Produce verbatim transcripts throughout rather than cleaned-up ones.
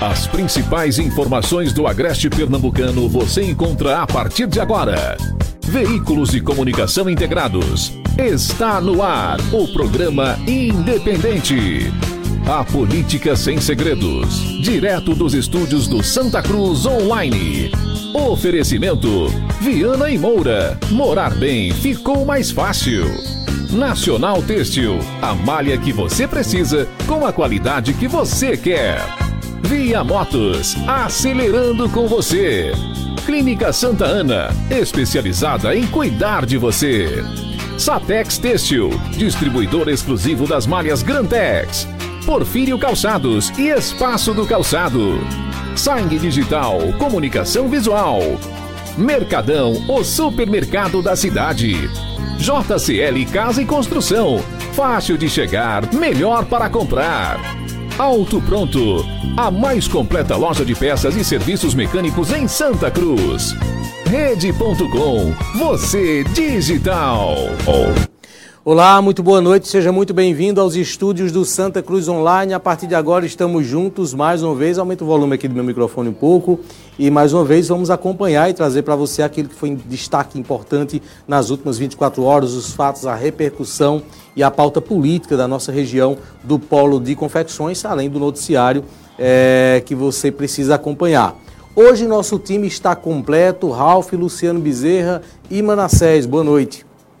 As principais informações do Agreste Pernambucano você encontra a partir de agora. Veículos de comunicação integrados. Está no ar o programa Independente. A política sem segredos. Direto dos estúdios do Santa Cruz Online. Oferecimento: Viana e Moura. Morar bem ficou mais fácil. Nacional Têxtil. A malha que você precisa com a qualidade que você quer. Via Motos. Acelerando com você. Clínica Santa Ana. Especializada em cuidar de você. Satex Têxtil. Distribuidor exclusivo das malhas Grantex. Porfírio Calçados e Espaço do Calçado. Sangue Digital, comunicação visual. Mercadão, o supermercado da cidade. J C L Casa e Construção, fácil de chegar, melhor para comprar. Auto Pronto, a mais completa loja de peças e serviços mecânicos em Santa Cruz. Rede ponto com, você digital. Oh. Olá, muito boa noite, seja muito bem-vindo aos estúdios do Santa Cruz Online. A partir de agora estamos juntos mais uma vez, aumenta o volume aqui do meu microfone um pouco e mais uma vez vamos acompanhar e trazer para você aquilo que foi em destaque importante nas últimas vinte e quatro horas, os fatos, a repercussão e a pauta política da nossa região do Polo de Confecções, além do noticiário é, que você precisa acompanhar. Hoje nosso time está completo, Ralf, Luciano Bezerra e Manassés, boa noite.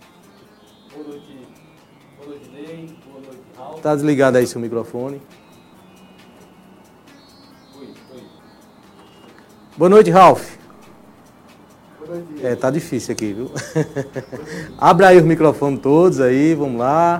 Está desligado aí seu microfone. Oi, oi. Boa noite, Ralf. Boa noite. É, tá difícil aqui, viu? Abra aí os microfones todos aí, vamos lá.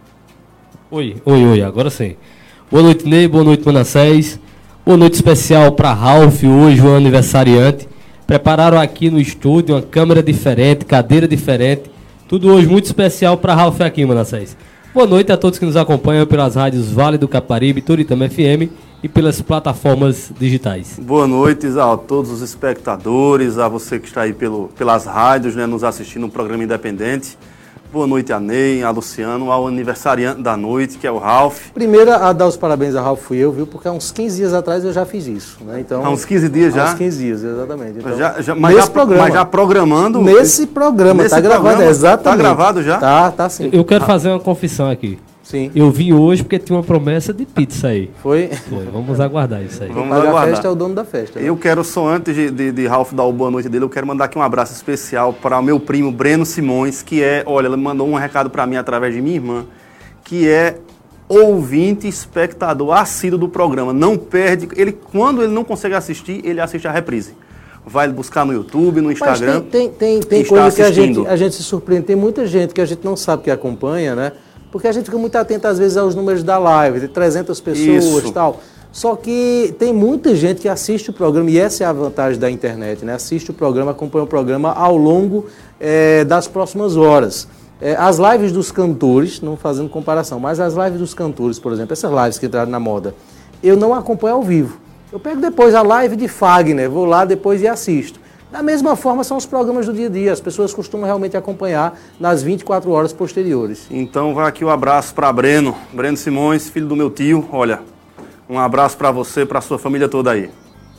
Oi, oi, oi, agora sim. Boa noite, Ney, boa noite, Manassés. Boa noite especial para Ralf, hoje o aniversariante. Prepararam aqui no estúdio uma câmera diferente, cadeira diferente. Tudo hoje muito especial para Ralf aqui, Manassés. Boa noite a todos que nos acompanham pelas rádios Vale do Caparibe, Turitama F M e pelas plataformas digitais. Boa noite a todos os espectadores, a você que está aí pelo, pelas rádios, né, nos assistindo no programa Independente. Boa noite a Ney, a Luciano, ao aniversariante da noite, que é o Ralf. Primeiro a dar os parabéns a Ralf fui eu, viu? Porque há uns quinze dias atrás eu já fiz isso, né? Então, há uns quinze dias já? Há uns quinze dias, exatamente. Então, já, já, mas, nesse já, programa, mas já programando? Nesse programa, nesse tá gravado, programa, exatamente. Tá gravado já? Tá, tá sim. Eu quero ah. fazer uma confissão aqui. Sim. Eu vim hoje porque tinha uma promessa de pizza aí. Foi? Foi. Vamos aguardar isso aí. Vamos aguardar. A festa é o dono da festa. Né? Eu quero, só antes de, de, de Ralf dar o boa noite dele, eu quero mandar aqui um abraço especial para o meu primo Breno Simões, que é, olha, ele mandou um recado para mim através de minha irmã, que é ouvinte, espectador assíduo do programa. Não perde, ele, quando ele não consegue assistir, ele assiste a reprise. Vai buscar no YouTube, no Instagram. Mas tem, tem, tem, tem coisa que a gente, a gente se surpreende, tem muita gente que a gente não sabe que acompanha, né? Porque a gente fica muito atento, às vezes, aos números da live, de trezentas pessoas e tal. Só que tem muita gente que assiste o programa, e essa é a vantagem da internet, né? Assiste o programa, acompanha o programa ao longo é, das próximas horas. É, as lives dos cantores, não fazendo comparação, mas as lives dos cantores, por exemplo, essas lives que entraram na moda, eu não acompanho ao vivo. Eu pego depois a live de Fagner, vou lá depois e assisto. Da mesma forma são os programas do dia a dia, as pessoas costumam realmente acompanhar nas vinte e quatro horas posteriores. Então vai aqui o um abraço para Breno, Breno Simões, filho do meu tio, olha, um abraço para você, para a sua família toda aí.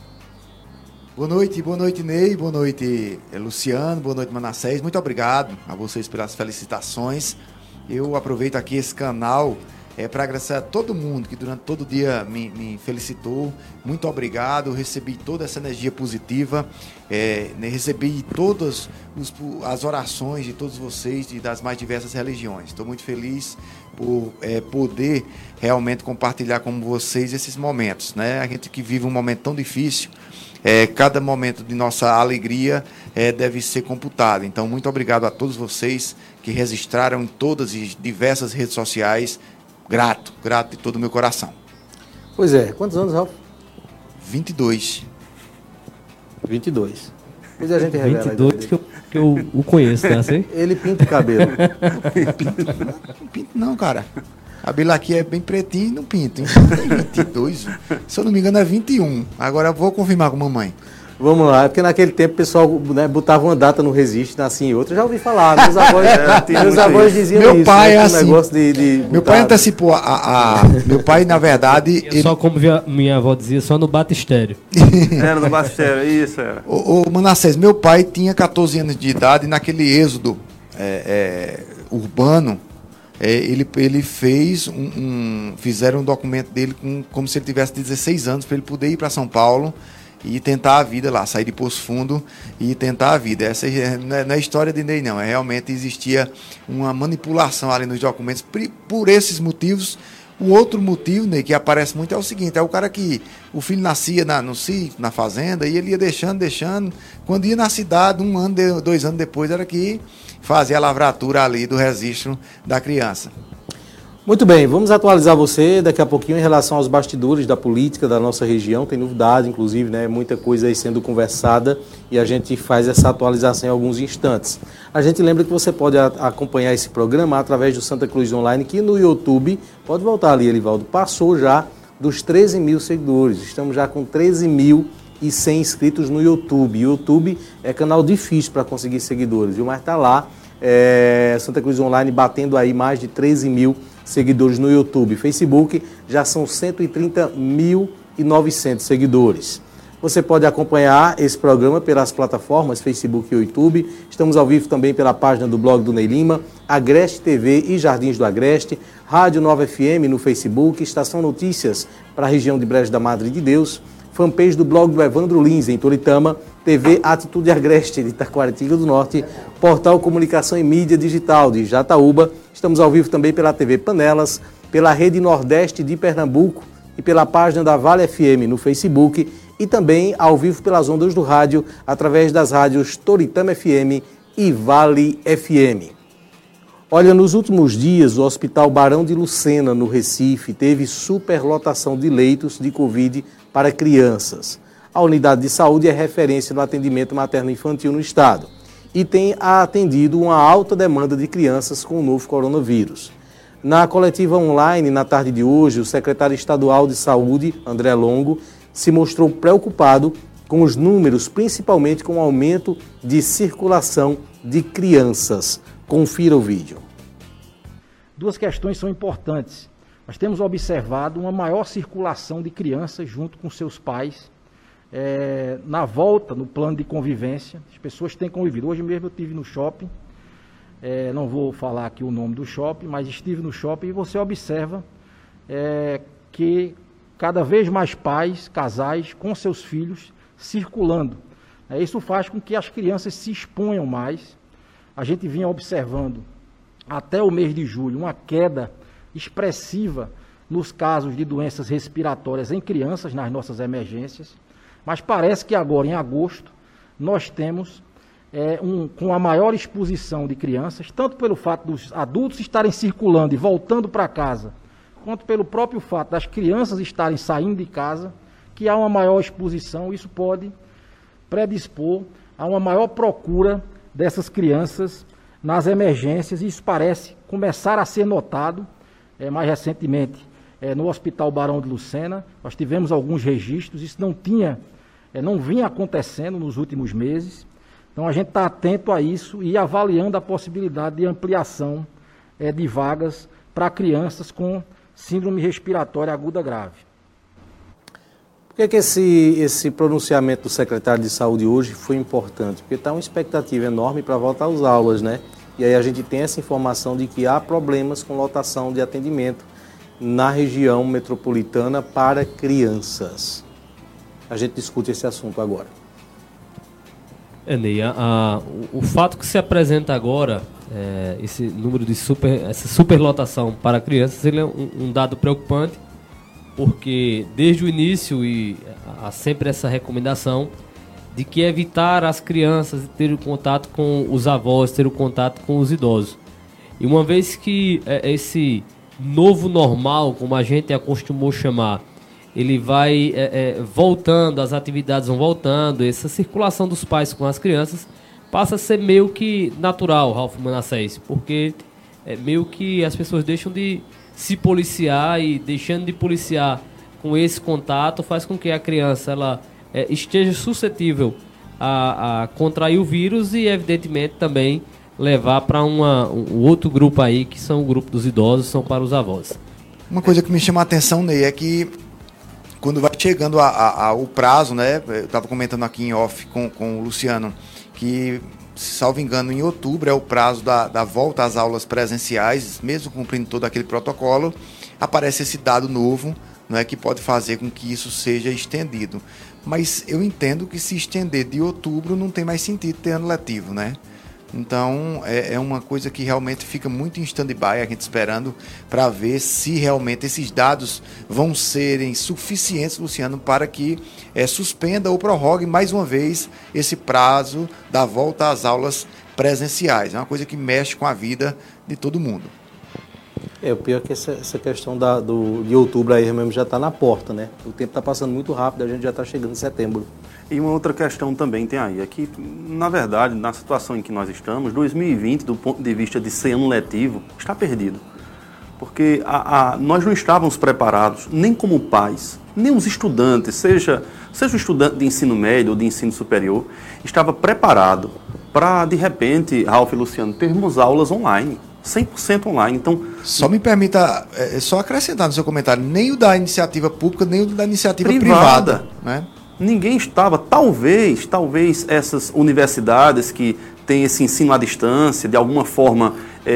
Boa noite, boa noite Ney, boa noite Luciano, boa noite Manassés, muito obrigado a vocês pelas felicitações. Eu aproveito aqui esse canal É, para agradecer a todo mundo que durante todo o dia me, me felicitou. Muito obrigado, eu recebi toda essa energia positiva, é, recebi todas os, as orações de todos vocês e das mais diversas religiões. Estou muito feliz por é, poder realmente compartilhar com vocês esses momentos, né? A gente que vive um momento tão difícil, é, cada momento de nossa alegria é, deve ser computado. Então, muito obrigado a todos vocês que registraram em todas as diversas redes sociais. Grato, grato de todo o meu coração. Pois é. Quantos anos, Ralf? vinte e dois. vinte e dois. Pois a gente revela. vinte e dois que eu, que eu o conheço, né? Assim? Ele pinta o cabelo. Não pinto não, cara. O cabelo aqui é bem pretinho e não pinto. Não tem vinte e dois. Se eu não me engano é vinte e um. Agora eu vou confirmar com a mamãe. Vamos lá, porque naquele tempo o pessoal, né, botava uma data no Resiste, nascia em outra. Já ouvi falar, meus avós, é, meus avós diziam meu isso. Pai né, é um assim, negócio de, de meu botar... pai antecipou a, a, a... Meu pai, na verdade... Ele... Só como via, minha avó dizia, só no batistério. Era no batistério, isso era. Ô, ô Manassés, meu pai tinha catorze anos de idade e naquele êxodo é, é, urbano, é, ele, ele fez um, um... Fizeram um documento dele com, como se ele tivesse dezesseis anos para ele poder ir para São Paulo e tentar a vida lá, sair de Poço Fundo e tentar a vida. Essa não é história de Ney, não. É, realmente existia uma manipulação ali nos documentos por esses motivos. O outro motivo, Ney, que aparece muito é o seguinte, é o cara que o filho nascia na, no sítio, na fazenda, e ele ia deixando, deixando. Quando ia na cidade, um ano, dois anos depois, era que fazia a lavratura ali do registro da criança. Muito bem, vamos atualizar você daqui a pouquinho em relação aos bastidores da política da nossa região. Tem novidade, inclusive, né? Muita coisa aí sendo conversada e a gente faz essa atualização em alguns instantes. A gente lembra que você pode a, acompanhar esse programa através do Santa Cruz Online, que no YouTube, pode voltar ali, Elivaldo, passou já dos treze mil seguidores. Estamos já com treze mil e cem inscritos no YouTube. YouTube é canal difícil para conseguir seguidores, viu? Mas está lá, é, Santa Cruz Online batendo aí mais de treze mil seguidores no YouTube. Facebook já são cento e trinta mil e novecentos seguidores. Você pode acompanhar esse programa pelas plataformas Facebook e YouTube. Estamos ao vivo também pela página do blog do Ney Lima, Agreste T V e Jardins do Agreste, Rádio Nova F M no Facebook, Estação Notícias para a região de Brejo da Madre de Deus, fanpage do blog do Evandro Lins em Toritama, T V Atitude Agreste de Itacoaritinga do Norte, Portal Comunicação e Mídia Digital de Jataúba. Estamos ao vivo também pela T V Panelas, pela Rede Nordeste de Pernambuco e pela página da Vale F M no Facebook e também ao vivo pelas ondas do rádio através das rádios Toritama F M e Vale F M. Olha, nos últimos dias o Hospital Barão de Lucena, no Recife, teve superlotação de leitos de Covid para crianças. A unidade de saúde é referência no atendimento materno-infantil no estado e tem atendido uma alta demanda de crianças com o novo coronavírus. Na coletiva online, na tarde de hoje, o secretário estadual de saúde, André Longo, se mostrou preocupado com os números, principalmente com o aumento de circulação de crianças. Confira o vídeo. Duas questões são importantes. Nós temos observado uma maior circulação de crianças junto com seus pais, é, na volta, no plano de convivência. As pessoas têm convivido. Hoje mesmo eu estive no shopping, é, não vou falar aqui o nome do shopping, mas estive no shopping e você observa é, que cada vez mais pais, casais, com seus filhos circulando. É, isso faz com que as crianças se exponham mais. A gente vinha observando até o mês de julho uma queda expressiva nos casos de doenças respiratórias em crianças nas nossas emergências, mas parece que agora em agosto nós temos é, um, com a maior exposição de crianças, tanto pelo fato dos adultos estarem circulando e voltando para casa, quanto pelo próprio fato das crianças estarem saindo de casa, que há uma maior exposição. Isso pode predispor a uma maior procura dessas crianças nas emergências, e isso parece começar a ser notado é, mais recentemente é, no Hospital Barão de Lucena. Nós tivemos alguns registros, isso não tinha, é, não vinha acontecendo nos últimos meses. Então a gente está atento a isso e avaliando a possibilidade de ampliação é, de vagas para crianças com síndrome respiratória aguda grave. Por que, que esse, esse pronunciamento do secretário de Saúde hoje foi importante? Porque está uma expectativa enorme para voltar às aulas, né? E aí a gente tem essa informação de que há problemas com lotação de atendimento na região metropolitana para crianças. A gente discute esse assunto agora. É, Ney, a, a, o, o fato que se apresenta agora, é, esse número de super, essa superlotação para crianças, ele é um, um dado preocupante, porque desde o início e há sempre essa recomendação de que evitar as crianças ter o contato com os avós, ter o contato com os idosos. E uma vez que é, esse novo normal, como a gente acostumou chamar, ele vai é, é, voltando, as atividades vão voltando, essa circulação dos pais com as crianças passa a ser meio que natural, Ralf Manassés, porque é meio que as pessoas deixam de se policiar, e deixando de policiar com esse contato faz com que a criança ela é, esteja suscetível a, a contrair o vírus e, evidentemente, também levar para um outro grupo aí, que são o grupo dos idosos, são para os avós. Uma coisa que me chama a atenção, Ney, é que quando vai chegando a, a, a, o prazo, né? Eu estava comentando aqui em off com, com o Luciano, que, salvo engano, em outubro é o prazo da, da volta às aulas presenciais, mesmo cumprindo todo aquele protocolo, aparece esse dado novo, não é, que pode fazer com que isso seja estendido. Mas eu entendo que se estender de outubro não tem mais sentido ter ano letivo, né? Então, é, é uma coisa que realmente fica muito em stand-by, a gente esperando para ver se realmente esses dados vão serem suficientes, Luciano, para que é, suspenda ou prorrogue mais uma vez esse prazo da volta às aulas presenciais. É uma coisa que mexe com a vida de todo mundo. É, o pior é que essa, essa questão da, do, de outubro aí mesmo já está na porta, né? O tempo está passando muito rápido, a gente já está chegando em setembro. E uma outra questão também tem aí, é que, na verdade, na situação em que nós estamos, dois mil e vinte, do ponto de vista de ser ano letivo, está perdido. Porque a, a, nós não estávamos preparados, nem como pais, nem os estudantes, seja, seja o estudante de ensino médio ou de ensino superior, estava preparado para, de repente, Ralf e Luciano, termos aulas online. cem por cento online, então... Só me permita, é, só acrescentar no seu comentário, nem o da iniciativa pública, nem o da iniciativa privada, privada, né? Ninguém estava, talvez, talvez essas universidades que têm esse ensino à distância, de alguma forma,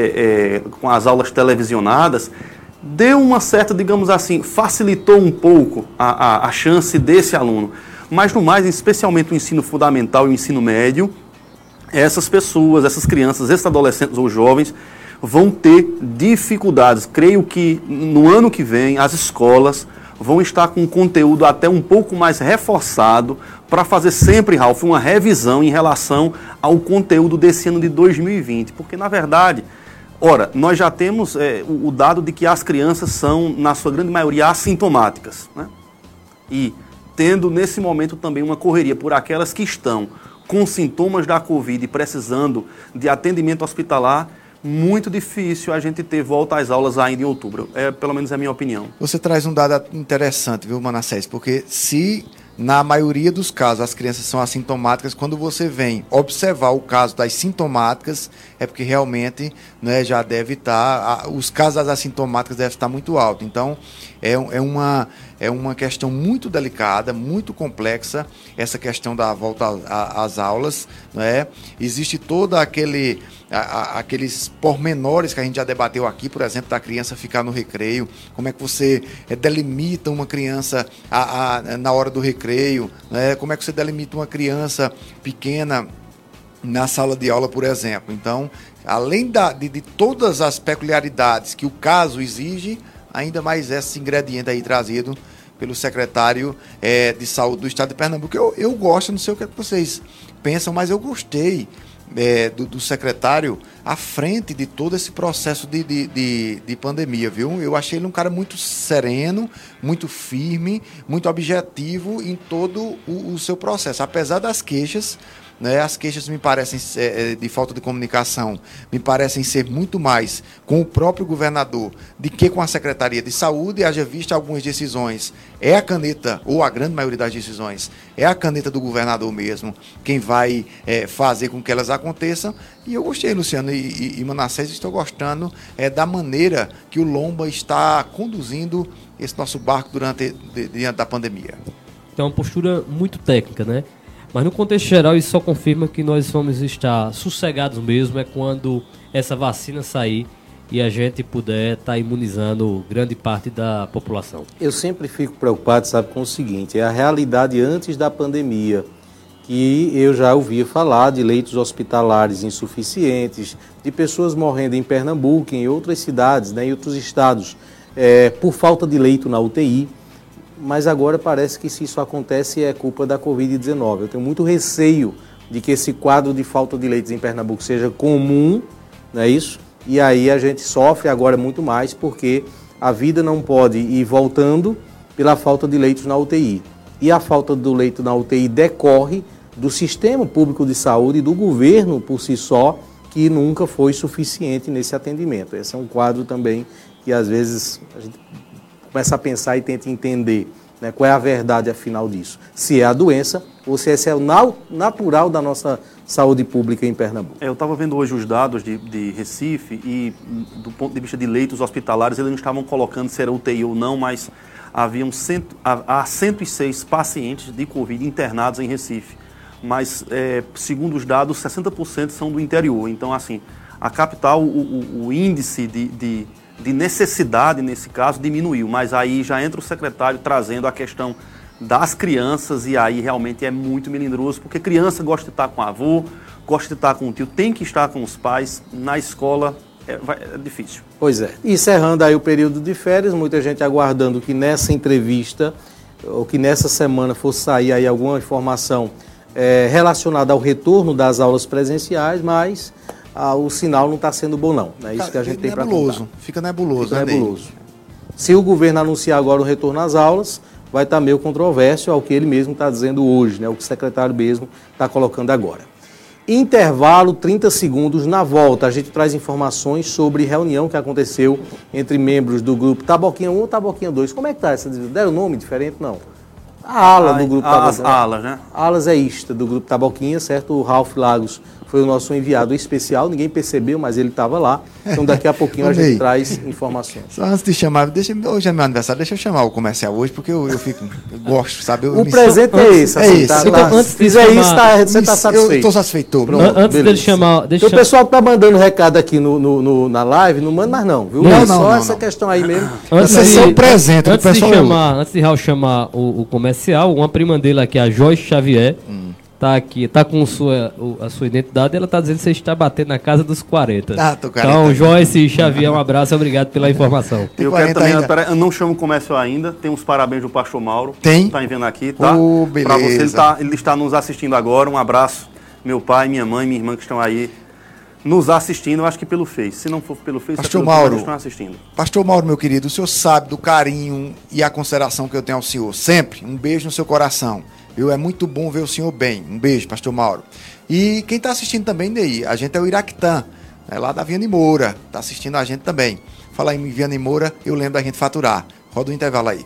é, é, com as aulas televisionadas, deu uma certa, digamos assim, facilitou um pouco a, a, a chance desse aluno. Mas, no mais, especialmente o ensino fundamental e o ensino médio, essas pessoas, essas crianças, esses adolescentes ou jovens, vão ter dificuldades. Creio que no ano que vem as escolas vão estar com um conteúdo até um pouco mais reforçado para fazer sempre, Ralf, uma revisão em relação ao conteúdo desse ano de dois mil e vinte. Porque, na verdade, ora, nós já temos é, o, o dado de que as crianças são, na sua grande maioria, assintomáticas, né? E tendo, nesse momento, também uma correria por aquelas que estão com sintomas da Covid e precisando de atendimento hospitalar, muito difícil a gente ter volta às aulas ainda em outubro. É, pelo menos é a minha opinião. Você traz um dado interessante, viu, Manassés? Porque se, na maioria dos casos, as crianças são assintomáticas, quando você vem observar o caso das sintomáticas, é porque realmente, né, já deve estar... Os casos das assintomáticas devem estar muito altos. Então, é, é, uma, é uma questão muito delicada, muito complexa, essa questão da volta às aulas, né? Existe todo aquele... aqueles pormenores que a gente já debateu aqui, por exemplo, da criança ficar no recreio, como é que você é, delimita uma criança a, a, na hora do recreio, né? Como é que você delimita uma criança pequena na sala de aula, por exemplo. Então, além da, de, de todas as peculiaridades que o caso exige, ainda mais esse ingrediente aí trazido pelo secretário é, de Saúde do Estado de Pernambuco. Eu, eu gosto, não sei o que vocês pensam, mas eu gostei É, do, do secretário à frente de todo esse processo de, de, de, de pandemia, viu? Eu achei ele um cara muito sereno, muito firme, muito objetivo em todo o, o seu processo, apesar das queixas, né? As queixas me parecem, é, de falta de comunicação, me parecem ser muito mais com o próprio governador do que com a Secretaria de Saúde, haja vista algumas decisões. É a caneta, ou a grande maioria das decisões, é a caneta do governador mesmo, quem vai é, fazer com que elas aconteçam. E eu gostei, Luciano e, e, e Manassés, estou gostando é, da maneira que o Lomba está conduzindo esse nosso barco durante de, diante da pandemia. É uma postura muito técnica, né? Mas no contexto geral isso só confirma que nós vamos estar sossegados mesmo é quando essa vacina sair e a gente puder estar imunizando grande parte da população. Eu sempre fico preocupado, sabe, com o seguinte, é a realidade antes da pandemia, que eu já ouvia falar de leitos hospitalares insuficientes, de pessoas morrendo em Pernambuco, em outras cidades, né, em outros estados, é, por falta de leito na U T I. Mas agora parece que se isso acontece é culpa da covid dezenove. Eu tenho muito receio de que esse quadro de falta de leitos em Pernambuco seja comum, não é isso? E aí a gente sofre agora muito mais porque a vida não pode ir voltando pela falta de leitos na U T I. E a falta do leito na U T I decorre do sistema público de saúde e do governo por si só, que nunca foi suficiente nesse atendimento. Esse é um quadro também que às vezes a gente começa a pensar e tenta entender Né? Qual é a verdade, afinal, disso? Se é a doença ou se esse é o natural da nossa saúde pública em Pernambuco. É, eu estava vendo hoje os dados de, de Recife e, do ponto de vista de leitos hospitalares, eles não estavam colocando se era U T I ou não, mas haviam cento, há cento e seis pacientes de Covid internados em Recife. Mas, é, segundo os dados, sessenta por cento são do interior. Então, assim, a capital, o, o, o índice de, de, de necessidade, nesse caso, diminuiu. Mas aí já entra o secretário trazendo a questão das crianças e aí realmente é muito melindroso, porque criança gosta de estar com o avô, gosta de estar com o tio, tem que estar com os pais. Na escola é, vai, é difícil. Pois é. Encerrando aí o período de férias, muita gente aguardando que nessa entrevista, ou que nessa semana fosse sair aí alguma informação É, relacionada ao retorno das aulas presenciais, mas ah, o sinal não está sendo bom não. É isso que a gente tem para contar. Fica nebuloso. Fica nebuloso. Se o governo anunciar agora o retorno às aulas, vai estar meio controverso ao que ele mesmo está dizendo hoje, né? O que o secretário mesmo está colocando agora. Intervalo, trinta segundos. Na volta, a gente traz informações sobre reunião que aconteceu entre membros do grupo Taboquinha um ou Taboquinha dois. Como é que está essa divisão? Deram nome diferente? Não. A ala do grupo Taboquinha. As Taboquinha. alas, né? Alas é ista do grupo Taboquinha, certo? O Ralph Lagos foi o nosso enviado especial, ninguém percebeu, mas ele estava lá. Então daqui a pouquinho a gente traz informações. Só antes de chamar, deixa, hoje é meu aniversário, deixa eu chamar o comercial hoje, porque eu, eu fico, eu gosto, sabe? Eu o presente é esse, é assim, esse. Tá, então, antes de fizer chamar, isso, tá, você está satisfeito. Eu estou satisfeito. Pronto, antes beleza. dele chamar... Deixa então, o pessoal que está mandando recado aqui no, no, no, na live, não manda mais não, viu? Não, é não, só não, essa não. questão aí mesmo. Antes de, de, presente, antes, pessoal de chamar, antes de Raul chamar o, o comercial, uma prima dele aqui, a Joyce Xavier, hum. tá aqui, tá com sua, a sua identidade, ela tá dizendo que você está batendo na casa dos quarenta. Ah, tô então, Joyce Xavier, um abraço, obrigado pela informação. Eu quero também, ainda. Eu não chamo o comércio ainda, tem uns parabéns do Pastor Mauro. Tem? Tá vendo aqui, tá? Oh, beleza. Pra você, ele, tá, ele está nos assistindo agora, um abraço, meu pai, minha mãe, minha irmã que estão aí nos assistindo, eu acho que pelo Face. Se não for pelo Face, Pastor é pelo Mauro, que estão assistindo. Pastor Mauro, meu querido, o senhor sabe do carinho e a consideração que eu tenho ao senhor. Sempre, um beijo no seu coração. Viu? É muito bom ver o senhor bem. Um beijo, Pastor Mauro. E quem está assistindo também, Ney, a gente é o Iraquitã, é lá da Viana e Moura, está assistindo a gente também. Falar em Viana e Moura, eu lembro da gente faturar. Roda o intervalo aí.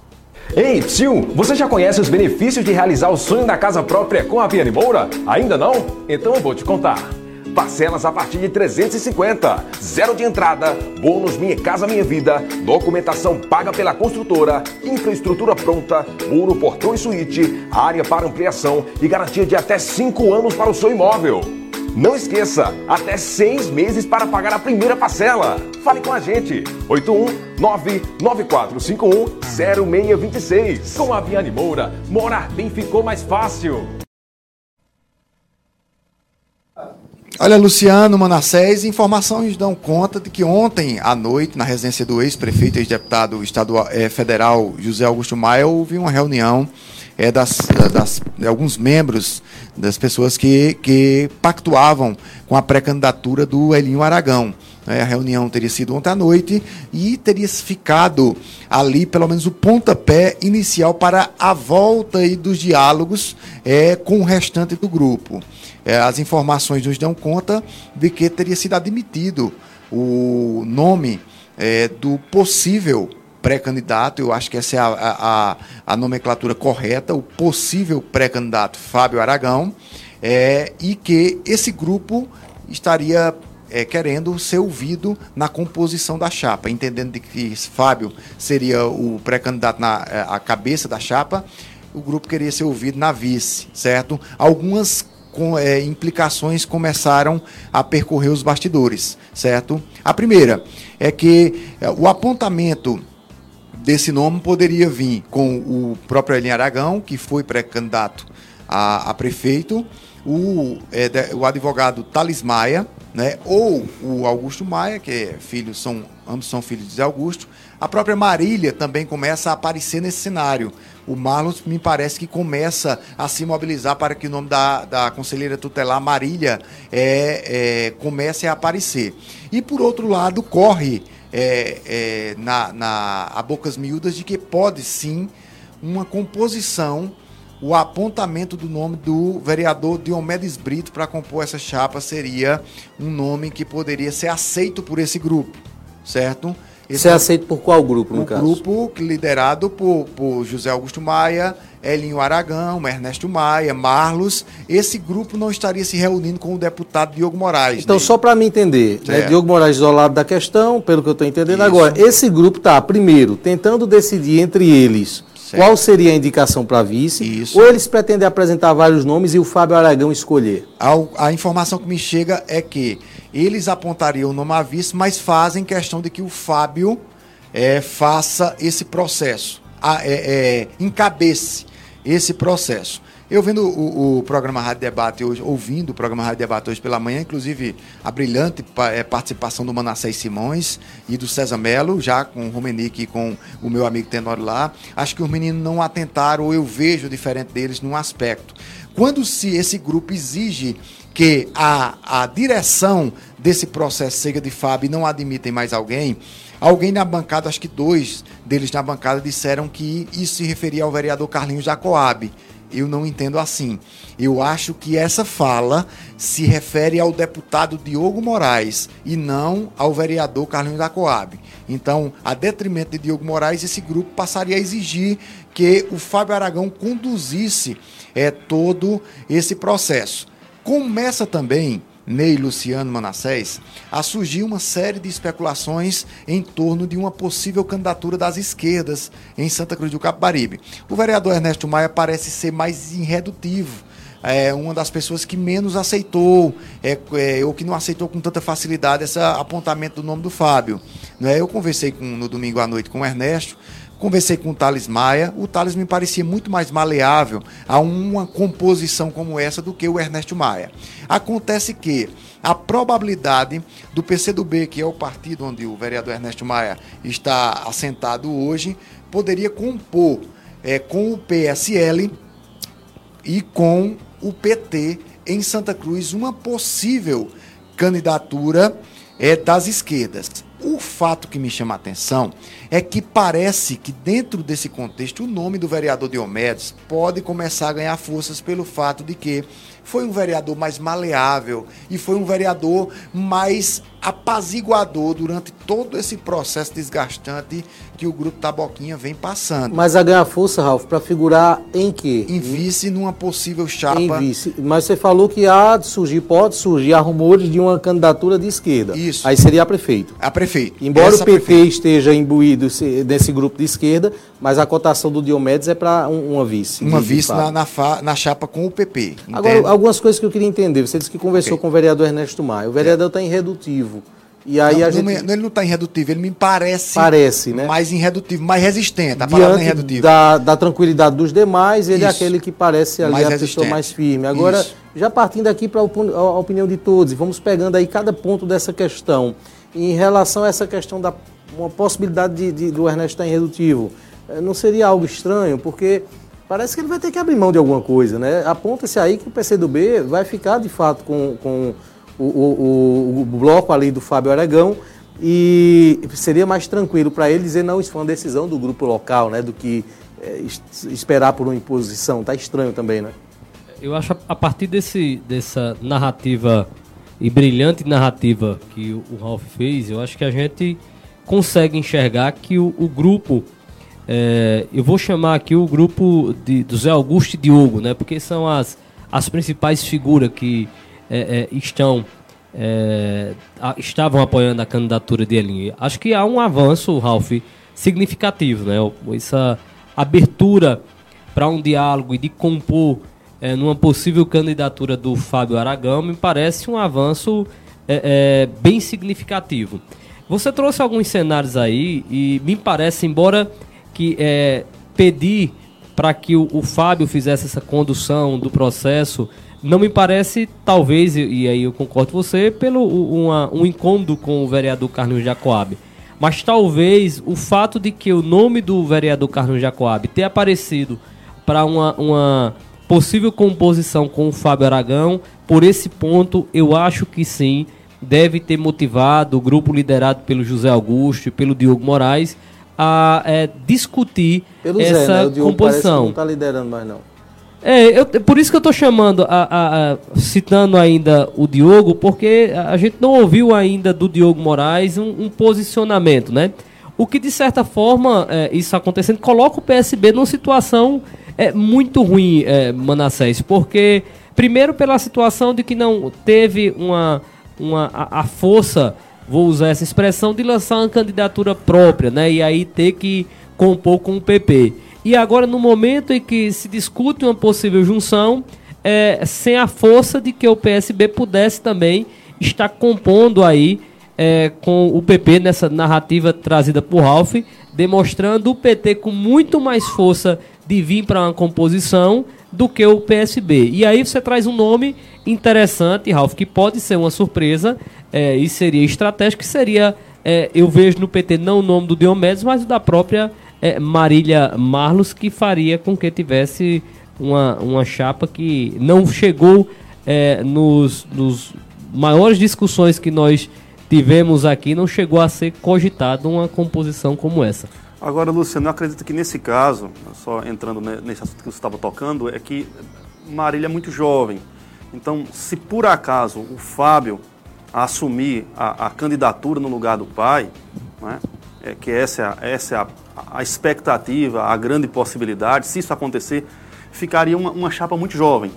Ei, tio, você já conhece os benefícios de realizar o sonho da casa própria com a Viana e Moura? Ainda não? Então eu vou te contar. Parcelas a partir de trezentos e cinquenta, zero de entrada, bônus Minha Casa Minha Vida, documentação paga pela construtora, infraestrutura pronta, muro, portão e suíte, área para ampliação e garantia de até cinco anos para o seu imóvel. Não esqueça, até seis meses para pagar a primeira parcela. Fale com a gente, oito um nove nove quatro cinco um zero seis dois seis. Com a Viana e Moura, morar bem ficou mais fácil. Olha, Luciano, Manassés, informações dão conta de que ontem à noite, na residência do ex-prefeito e ex-deputado estadual, eh, federal José Augusto Maia, houve uma reunião eh, das, das, de alguns membros das pessoas que, que pactuavam com a pré-candidatura do Elinho Aragão. A reunião teria sido ontem à noite e teria ficado ali, pelo menos, o pontapé inicial para a volta aí dos diálogos é, com o restante do grupo. É, as informações nos dão conta de que teria sido admitido o nome é, do possível pré-candidato, eu acho que essa é a, a, a nomenclatura correta, o possível pré-candidato Fábio Aragão, é, e que esse grupo estaria É, querendo ser ouvido na composição da chapa, entendendo de que Fábio seria o pré-candidato na a cabeça da chapa, o grupo queria ser ouvido na vice, certo? Algumas com, é, implicações começaram a percorrer os bastidores, certo? A primeira é que é, o apontamento desse nome poderia vir com o próprio Elinho Aragão, que foi pré-candidato a, a prefeito, o, é, o advogado Thales Maia, né, ou o Augusto Maia, que é filho, são, ambos são filhos de Zé Augusto. A própria Marília também começa a aparecer nesse cenário. O Marlon me parece que começa a se mobilizar para que o nome da, da conselheira tutelar Marília é, é, comece a aparecer. E por outro lado, corre é, é, na, na, a bocas miúdas de que pode sim uma composição, o apontamento do nome do vereador Diomedes Brito para compor essa chapa seria um nome que poderia ser aceito por esse grupo, certo? Esse é aceito por qual grupo, no o caso? O grupo liderado por, por José Augusto Maia, Elinho Aragão, Ernesto Maia, Marlos. Esse grupo não estaria se reunindo com o deputado Diogo Moraes. Então, né? Só para me entender, né? Diogo Moraes isolado da questão, pelo que eu estou entendendo. Isso. Agora, esse grupo está, primeiro, tentando decidir entre eles certo. Qual seria a indicação para vice, Isso. ou eles pretendem apresentar vários nomes e o Fábio Aragão escolher? A, a informação que me chega é que eles apontariam o nome a vice, mas fazem questão de que o Fábio é, faça esse processo, a, é, é, encabece esse processo. Eu vendo o, o programa Rádio Debate hoje, ouvindo o programa Rádio Debate hoje pela manhã, inclusive a brilhante é, participação do Manassés Simões e do César Melo, já com o Romenick e com o meu amigo Tenório lá, acho que os meninos não atentaram, ou eu vejo diferente deles num aspecto. Quando se esse grupo exige que a, a direção desse processo seja de Fábio e não admitem mais alguém, alguém na bancada, acho que dois deles na bancada disseram que isso se referia ao vereador Carlinhos Jacoab. Eu não entendo assim. Eu acho que essa fala se refere ao deputado Diogo Moraes e não ao vereador Carlinhos Jacoab. Então, a detrimento de Diogo Moraes, esse grupo passaria a exigir que o Fábio Aragão conduzisse é, todo esse processo. Começa também, Ney, Luciano, Manassés, a surgir uma série de especulações em torno de uma possível candidatura das esquerdas em Santa Cruz do Capibaribe. O vereador Ernesto Maia parece ser mais irredutivo, é uma das pessoas que menos aceitou, é, é, ou que não aceitou com tanta facilidade esse apontamento do nome do Fábio. Não é? Eu conversei com, no domingo à noite com o Ernesto, conversei com o Thales Maia, o Thales me parecia muito mais maleável a uma composição como essa do que o Ernesto Maia. Acontece que a probabilidade do P C do B, que é o partido onde o vereador Ernesto Maia está assentado hoje, poderia compor é, com o P S L e com o P T em Santa Cruz uma possível candidatura é, das esquerdas. O fato que me chama a atenção é que parece que dentro desse contexto o nome do vereador Diomedes pode começar a ganhar forças pelo fato de que foi um vereador mais maleável e foi um vereador mais apaziguador durante todo esse processo desgastante que o Grupo Taboquinha vem passando. Mas a ganhar força, Ralf, para figurar em quê? Em vice, numa possível chapa. Em vice. Mas você falou que há de surgir, pode surgir, há rumores de uma candidatura de esquerda. Isso. Aí seria a prefeito. A prefeito. Embora Essa o P T prefeito. esteja imbuído nesse grupo de esquerda, mas a cotação do Diomedes é para um, uma vice. Uma vice na, na, fa, na chapa com o P P. Agora, entende? Algumas coisas que eu queria entender. Você disse que conversou okay. com o vereador Ernesto Maia. O vereador está é. irredutivo. E aí não, a gente... não, ele não está irredutivo, ele me parece, parece né? mais irredutivo, mais resistente. A palavra é irredutivo. Da, da tranquilidade dos demais, ele Isso. é aquele que parece ali mais a resistente. Pessoa mais firme. Agora, Isso. já partindo aqui para a opinião de todos, e vamos pegando aí cada ponto dessa questão. Em relação a essa questão da uma possibilidade de, de, do Ernesto estar irredutivo, não seria algo estranho? Porque parece que ele vai ter que abrir mão de alguma coisa, né? Aponta-se aí que o P C do B vai ficar, de fato, com... com O, o, o bloco ali do Fábio Aragão e seria mais tranquilo para ele dizer não, isso foi uma decisão do grupo local, né, do que é, esperar por uma imposição. Tá estranho também, né? Eu acho a partir desse, dessa narrativa e brilhante narrativa que o, o Ralf fez, eu acho que a gente consegue enxergar que o, o grupo, é, eu vou chamar aqui o grupo de, do Zé Augusto e Diogo, né, porque são as, as principais figuras que É, é, estão, é, a, estavam apoiando a candidatura de Elinho. Acho que há um avanço, Ralf, significativo, né? Essa abertura para um diálogo e de compor é, numa possível candidatura do Fábio Aragão me parece um avanço é, é, bem significativo. Você trouxe alguns cenários aí e me parece, embora que é, pedir para que o, o Fábio fizesse essa condução do processo, não me parece, talvez, e aí eu concordo com você, pelo uma, um incômodo com o vereador Carlinhos Jacoab. Mas talvez o fato de que o nome do vereador Carlinhos Jacoab ter aparecido para uma, uma possível composição com o Fábio Aragão, por esse ponto, eu acho que sim, deve ter motivado o grupo liderado pelo José Augusto e pelo Diogo Moraes a é, discutir pelo essa Zé, né? O Diogo composição. Não está liderando mais não. É, eu, por isso que eu estou chamando, a, a, a, citando ainda o Diogo, porque a gente não ouviu ainda do Diogo Moraes um, um posicionamento, né? O que, de certa forma, é, isso acontecendo, coloca o P S B numa situação é, muito ruim, é, Manassés, porque, primeiro, pela situação de que não teve uma, uma, a, a força, vou usar essa expressão, de lançar uma candidatura própria, né? E aí ter que compor com o P P. E agora, no momento em que se discute uma possível junção, é, sem a força de que o P S B pudesse também estar compondo aí É, com o P P nessa narrativa trazida por Ralph, demonstrando o P T com muito mais força de vir para uma composição do que o P S B. E aí você traz um nome interessante, Ralph, que pode ser uma surpresa é, e seria estratégico, que seria, é, eu vejo no P T não o nome do Diomedes, mas o da própria é, Marília Marlos, que faria com que tivesse uma, uma chapa que não chegou é, nos, nos maiores discussões que nós tivemos aqui, não chegou a ser cogitado uma composição como essa. Agora, Luciano, eu acredito que nesse caso, só entrando nesse assunto que você estava tocando, é que Marília é muito jovem. Então, se por acaso o Fábio assumir a, a candidatura no lugar do pai, né, é, que essa é, a, essa é a, a expectativa, a grande possibilidade, se isso acontecer, ficaria uma, uma chapa muito jovem.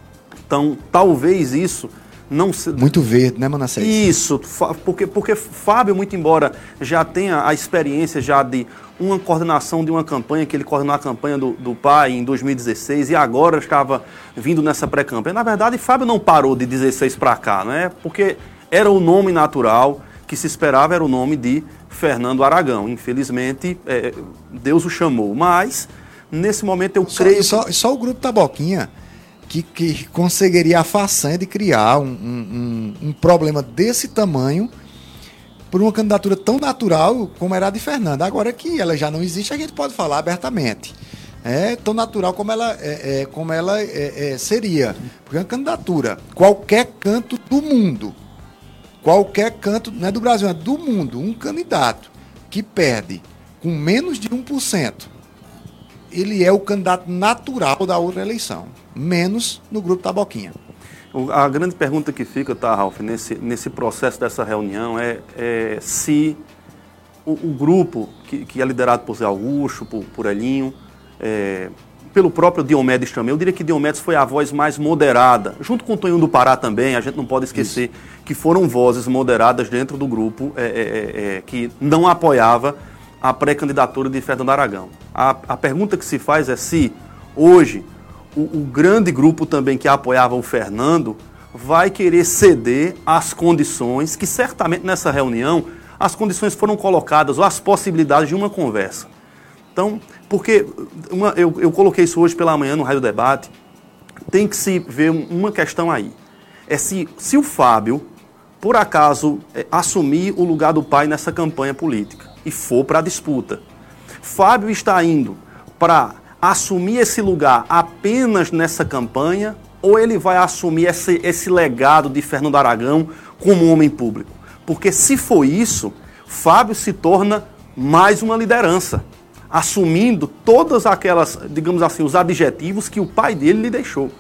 Então, talvez isso não se... Muito verde, né, Manassés? Isso, porque, porque Fábio, muito embora já tenha a experiência já de uma coordenação de uma campanha, que ele coordenou a campanha do, do pai em dois mil e dezesseis e agora estava vindo nessa pré-campanha. Na verdade, Fábio não parou de dezesseis para cá, né? Porque era o nome natural que se esperava, era o nome de Fernando Aragão. Infelizmente, é, Deus o chamou. Mas, nesse momento, eu só, creio... Só, só o Grupo Taboquinha Que, que conseguiria a façanha de criar um, um, um problema desse tamanho por uma candidatura tão natural como era a de Fernanda. Agora que ela já não existe, a gente pode falar abertamente. É tão natural como ela, é, é, como ela é, é, seria. Porque uma candidatura, qualquer canto do mundo, qualquer canto, não é do Brasil, é do mundo, um candidato que perde com menos de um por cento, ele é o candidato natural da outra eleição, menos no Grupo Taboquinha. A grande pergunta que fica, tá, Ralph, nesse, nesse processo dessa reunião é, é se o, o grupo, que, que é liderado por Zé Augusto, por, por Elinho, é, pelo próprio Diomedes também, eu diria que Diomedes foi a voz mais moderada, junto com o Tonho do Pará também, a gente não pode esquecer Isso. que foram vozes moderadas dentro do grupo é, é, é, que não apoiava a pré-candidatura de Fernando Aragão. A, a pergunta que se faz é se hoje o, o grande grupo também que apoiava o Fernando vai querer ceder às condições que certamente nessa reunião as condições foram colocadas ou as possibilidades de uma conversa. Então, porque uma, eu, eu coloquei isso hoje pela manhã no Rádio Debate, tem que se ver uma questão aí. É se, se o Fábio, por acaso, é, assumir o lugar do pai nessa campanha política e for para a disputa. Fábio está indo para assumir esse lugar apenas nessa campanha ou ele vai assumir esse, esse legado de Fernando Aragão como homem público? Porque se for isso, Fábio se torna mais uma liderança, assumindo todas aquelas, digamos assim, os adjetivos que o pai dele lhe deixou.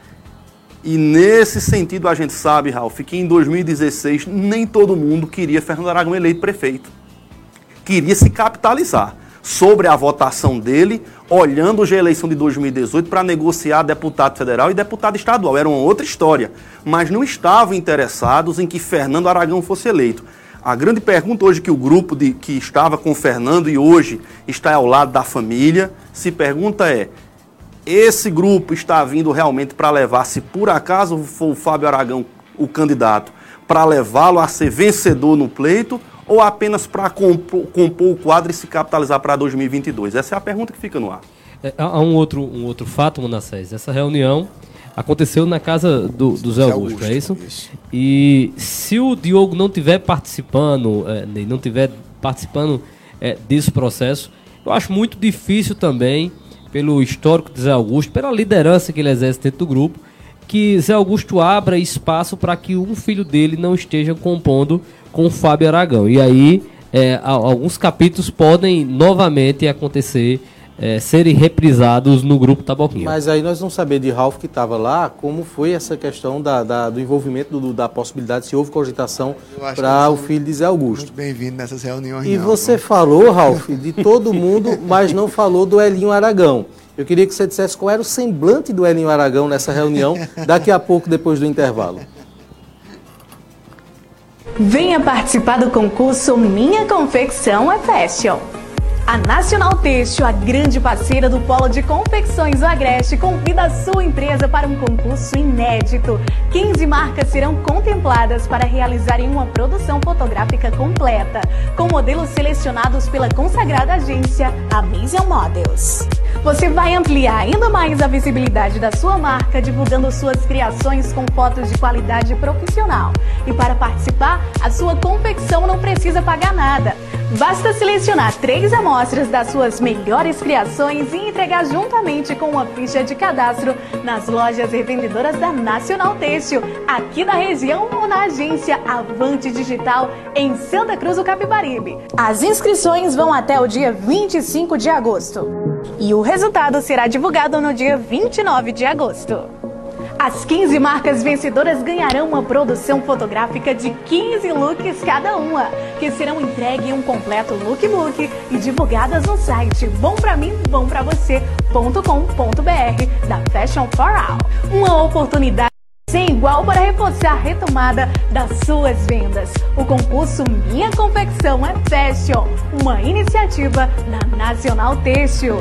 E nesse sentido a gente sabe, Ralph, que em dois mil e dezesseis nem todo mundo queria Fernando Aragão eleito prefeito. Queria se capitalizar sobre a votação dele, olhando já a eleição de dois mil e dezoito para negociar deputado federal e deputado estadual. Era uma outra história, mas não estavam interessados em que Fernando Aragão fosse eleito. A grande pergunta hoje que o grupo de, que estava com o Fernando e hoje está ao lado da família, se pergunta é, esse grupo está vindo realmente para levar, se por acaso for o Fábio Aragão o candidato, para levá-lo a ser vencedor no pleito ou apenas para compor, compor o quadro e se capitalizar para dois mil e vinte e dois? Essa é a pergunta que fica no ar. É, há um outro, um outro fato, Manassés. Essa reunião aconteceu na casa do, do Zé Augusto, Augusto, é isso? isso? E se o Diogo não estiver participando, é, não estiver participando é, desse processo, eu acho muito difícil também, pelo histórico de Zé Augusto, pela liderança que ele exerce dentro do grupo, que Zé Augusto abra espaço para que um filho dele não esteja compondo com o Fábio Aragão. E aí, é, alguns capítulos podem novamente acontecer é, serem reprisados no grupo Taboquinha. Mas aí nós vamos saber de Ralf, que estava lá, como foi essa questão da, da, do envolvimento, do, da possibilidade, se houve cogitação para o filho de Zé Augusto. Muito bem-vindo nessas reuniões. E não, você não. falou, Ralf, de todo mundo, mas não falou do Elinho Aragão. Eu queria que você dissesse qual era o semblante do Elinho Aragão nessa reunião, daqui a pouco, depois do intervalo. Venha participar do concurso Minha Confecção é Fashion. A Nacional Têxtil, a grande parceira do Polo de Confecções do Agreste, convida a sua empresa para um concurso inédito. quinze marcas serão contempladas para realizarem uma produção fotográfica completa, com modelos selecionados pela consagrada agência Amazing Models. Você vai ampliar ainda mais a visibilidade da sua marca, divulgando suas criações com fotos de qualidade profissional. E para participar, a sua confecção não precisa pagar nada. Basta selecionar três amostras das suas melhores criações e entregar juntamente com uma ficha de cadastro nas lojas revendedoras da Nacional Têxtil, aqui na região ou na agência Avante Digital, em Santa Cruz do Capibaribe. As inscrições vão até o dia vinte e cinco de agosto. E o resultado será divulgado no dia vinte e nove de agosto. As quinze marcas vencedoras ganharão uma produção fotográfica de quinze looks cada uma, que serão entregues em um completo lookbook e divulgadas no site bom pra mim bom pra você ponto com ponto br da Fashion for All. Uma oportunidade sem igual para reforçar a retomada das suas vendas. O concurso Minha Confecção é Fashion, uma iniciativa da Nacional Têxtil.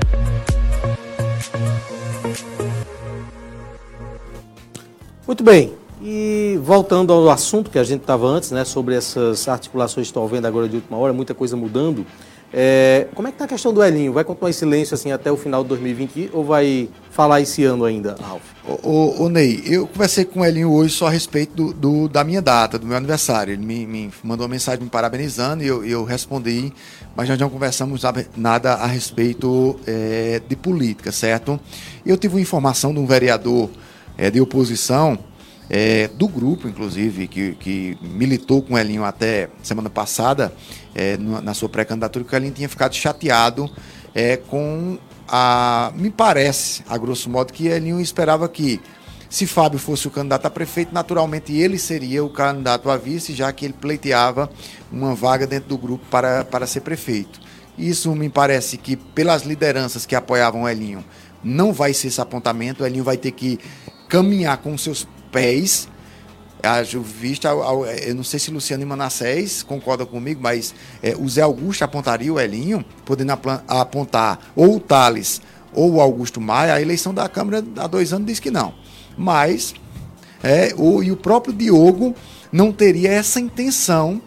Muito bem, e voltando ao assunto que a gente estava antes, né, sobre essas articulações que estão vendo agora de última hora, muita coisa mudando, é, como é que está a questão do Elinho? Vai continuar em silêncio assim até o final de dois mil e vinte ou vai falar esse ano ainda, Ralf? Ô, ô, ô Ney, eu conversei com o Elinho hoje só a respeito do, do, da minha data, do meu aniversário. Ele me, me mandou uma mensagem me parabenizando e eu, eu respondi, mas nós não conversamos nada a respeito é, de política, certo? Eu tive uma informação de um vereador É, de oposição, é, do grupo, inclusive, que, que militou com o Elinho até semana passada, é, na, na sua pré-candidatura, que o Elinho tinha ficado chateado é, com a... Me parece, a grosso modo, que o Elinho esperava que, se Fábio fosse o candidato a prefeito, naturalmente ele seria o candidato a vice, já que ele pleiteava uma vaga dentro do grupo para, para ser prefeito. Isso me parece que, pelas lideranças que apoiavam o Elinho, não vai ser esse apontamento. O Elinho vai ter que caminhar com seus pés, haja vista, eu não sei se Luciano e Manassés concordam comigo, mas é, o Zé Augusto apontaria o Elinho, podendo apontar ou o Thales ou o Augusto Maia. A eleição da Câmara há dois anos diz que não, mas é, o, e o próprio Diogo não teria essa intenção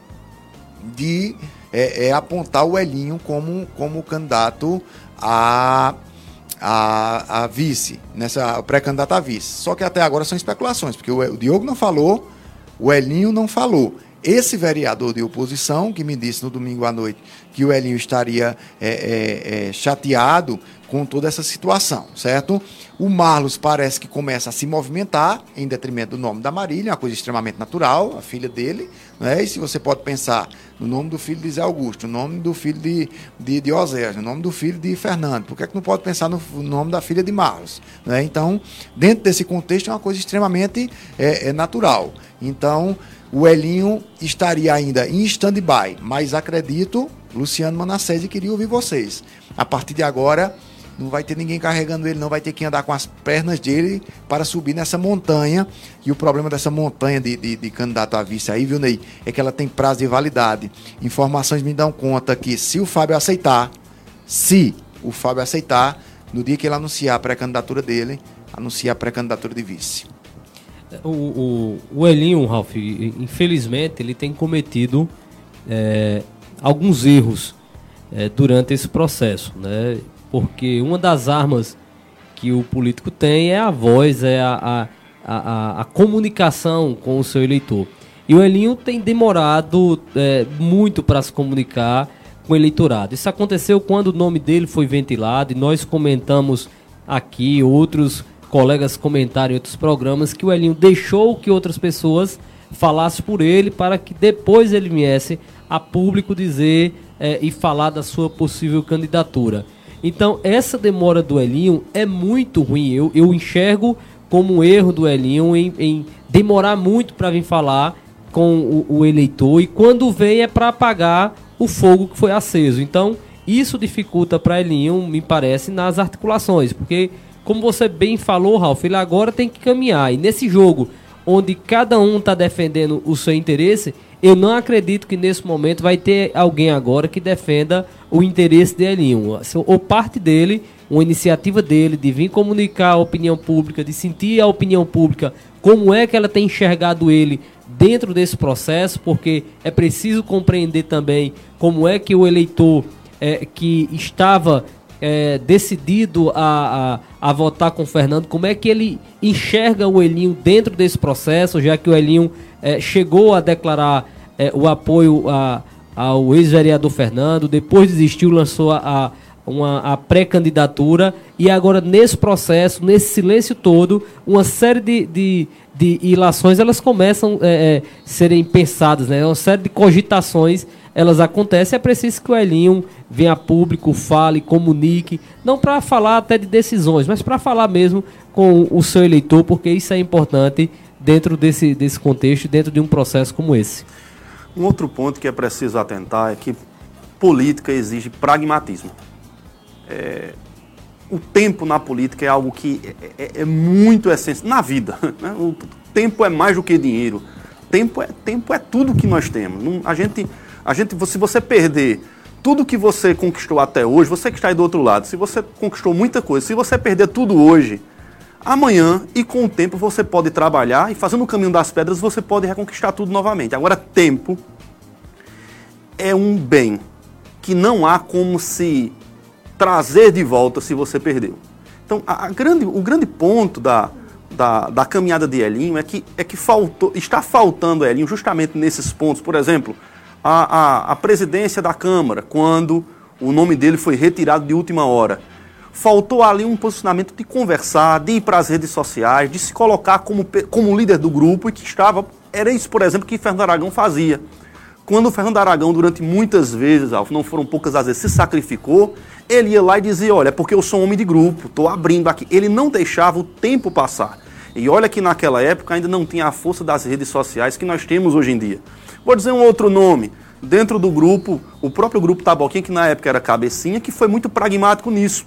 de é, é, apontar o Elinho como, como candidato a A, a vice, nessa pré-candidato a vice. Só que até agora são especulações, porque o, o Diogo não falou, o Elinho não falou. Esse vereador de oposição, que me disse no domingo à noite que o Elinho estaria é, é, é, chateado com toda essa situação, certo? O Marlos parece que começa a se movimentar em detrimento do nome da Marília, uma coisa extremamente natural, a filha dele, né? E se você pode pensar no nome do filho de Zé Augusto, no nome do filho de, de, de Osés, no nome do filho de Fernando, por que é que não pode pensar no nome da filha de Marlos? Né? Então, dentro desse contexto, é uma coisa extremamente é, é natural. Então, o Elinho estaria ainda em stand-by, mas acredito, Luciano Manassés, e queria ouvir vocês. A partir de agora, não vai ter ninguém carregando ele, não vai ter que andar com as pernas dele para subir nessa montanha. E o problema dessa montanha de, de, de candidato a vice aí, viu, Ney, é que ela tem prazo de validade. Informações me dão conta que se o Fábio aceitar, se o Fábio aceitar, no dia que ele anunciar a pré-candidatura dele, anunciar a pré-candidatura de vice. O, o, o Elinho, Ralf, infelizmente, ele tem cometido é, alguns erros é, durante esse processo, né? Porque uma das armas que o político tem é a voz, é a, a, a, a comunicação com o seu eleitor. E o Elinho tem demorado é, muito para se comunicar com o eleitorado. Isso aconteceu quando o nome dele foi ventilado e nós comentamos aqui, outros colegas comentaram em outros programas, que o Elinho deixou que outras pessoas falassem por ele para que depois ele viesse a público dizer é, e falar da sua possível candidatura. Então, essa demora do Elinho é muito ruim. Eu, eu enxergo como um erro do Elinho em, em demorar muito para vir falar com o, o eleitor, e quando vem é para apagar o fogo que foi aceso. Então, isso dificulta para Elinho, me parece, nas articulações, porque, como você bem falou, Ralf, ele agora tem que caminhar, e nesse jogo, onde cada um está defendendo o seu interesse, eu não acredito que nesse momento vai ter alguém agora que defenda o interesse de Elinho, ou parte dele, uma iniciativa dele de vir comunicar a opinião pública, de sentir a opinião pública como é que ela tem enxergado ele dentro desse processo, porque é preciso compreender também como é que o eleitor é, que estava é, decidido a, a, a votar com o Fernando, como é que ele enxerga o Elinho dentro desse processo, já que o Elinho é, chegou a declarar é, o apoio a, ao ex-vereador Fernando, depois desistiu, lançou a, a Uma, a pré-candidatura, e agora nesse processo, nesse silêncio todo, uma série de, de, de ilações elas começam a é, é, serem pensadas, né? Uma série de cogitações elas acontecem. É preciso que o Elinho venha a público, fale, comunique, não para falar até de decisões, mas para falar mesmo com o seu eleitor, porque isso é importante dentro desse, desse contexto, dentro de um processo como esse. Um outro ponto que é preciso atentar é que política exige pragmatismo. É, o tempo na política é algo que é, é, é muito essencial na vida, né? O tempo é mais do que dinheiro. Tempo é, tempo é tudo que nós temos. Não, a gente, a gente, se você perder tudo que você conquistou até hoje, você que está aí do outro lado, se você conquistou muita coisa, se você perder tudo hoje, amanhã e com o tempo você pode trabalhar e fazendo o caminho das pedras você pode reconquistar tudo novamente. Agora, tempo é um bem que não há como se trazer de volta se você perdeu. Então, a, a grande, o grande ponto da, da, da caminhada de Elinho é que, é que faltou, está faltando a Elinho justamente nesses pontos. Por exemplo, a, a, a presidência da Câmara, quando o nome dele foi retirado de última hora. Faltou ali um posicionamento de conversar, de ir para as redes sociais, de se colocar como, como líder do grupo, e que estava... Era isso, por exemplo, que Fernando Aragão fazia. Quando o Fernando Aragão, durante muitas vezes, Alf, não foram poucas às vezes, se sacrificou, ele ia lá e dizia, olha, porque eu sou um homem de grupo, estou abrindo aqui. Ele não deixava o tempo passar. E olha que naquela época ainda não tinha a força das redes sociais que nós temos hoje em dia. Vou dizer um outro nome. Dentro do grupo, o próprio grupo Taboquinha, que na época era Cabecinha, que foi muito pragmático nisso.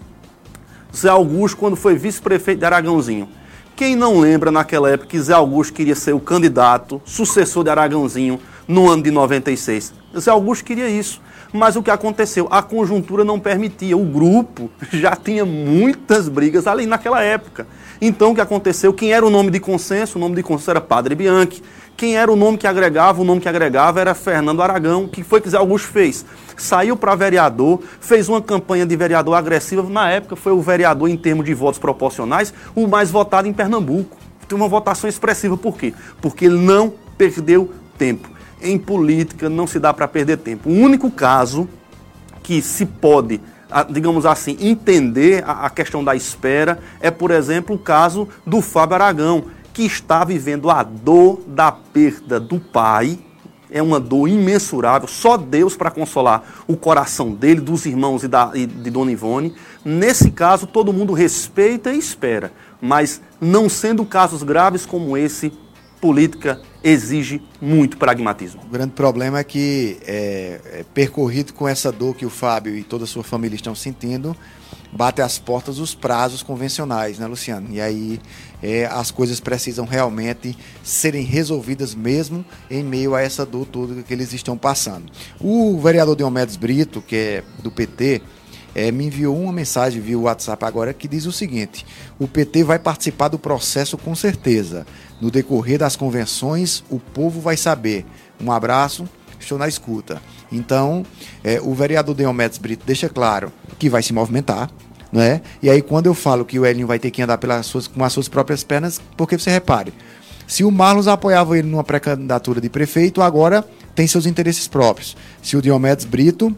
Zé Augusto, quando foi vice-prefeito de Aragãozinho. Quem não lembra naquela época que Zé Augusto queria ser o candidato, sucessor de Aragãozinho, no ano de noventa e seis. Zé Augusto queria isso. Mas o que aconteceu? A conjuntura não permitia. O grupo já tinha muitas brigas ali naquela época. Então o que aconteceu? Quem era o nome de consenso? O nome de consenso era Padre Bianchi. Quem era o nome que agregava? O nome que agregava era Fernando Aragão. O que foi que Zé Augusto fez? Saiu para vereador, fez uma campanha de vereador agressiva. Na época foi o vereador, em termos de votos proporcionais, o mais votado em Pernambuco. Tem uma votação expressiva. Por quê? Porque ele não perdeu tempo. Em política não se dá para perder tempo. O único caso que se pode, digamos assim, entender a questão da espera é, por exemplo, o caso do Fábio Aragão, que está vivendo a dor da perda do pai. É uma dor imensurável, só Deus para consolar o coração dele, dos irmãos e, da, e de Dona Ivone. Nesse caso, todo mundo respeita e espera, mas não sendo casos graves como esse, política exige muito pragmatismo. O grande problema é que, é, é, percorrido com essa dor que o Fábio e toda a sua família estão sentindo, bate às portas os prazos convencionais, né, Luciano? E aí é, as coisas precisam realmente serem resolvidas mesmo em meio a essa dor toda que eles estão passando. O vereador Diomedes Brito, que é do P T, É, me enviou uma mensagem via WhatsApp agora que diz o seguinte: o P T vai participar do processo com certeza. No decorrer das convenções, o povo vai saber. Um abraço, estou na escuta. Então, é, o vereador Diomedes Brito deixa claro que vai se movimentar, não é? E aí, quando eu falo que o Elinho vai ter que andar pelas suas, com as suas próprias pernas, porque você repare, se o Marlos apoiava ele numa pré-candidatura de prefeito, agora tem seus interesses próprios. Se o Diomedes Brito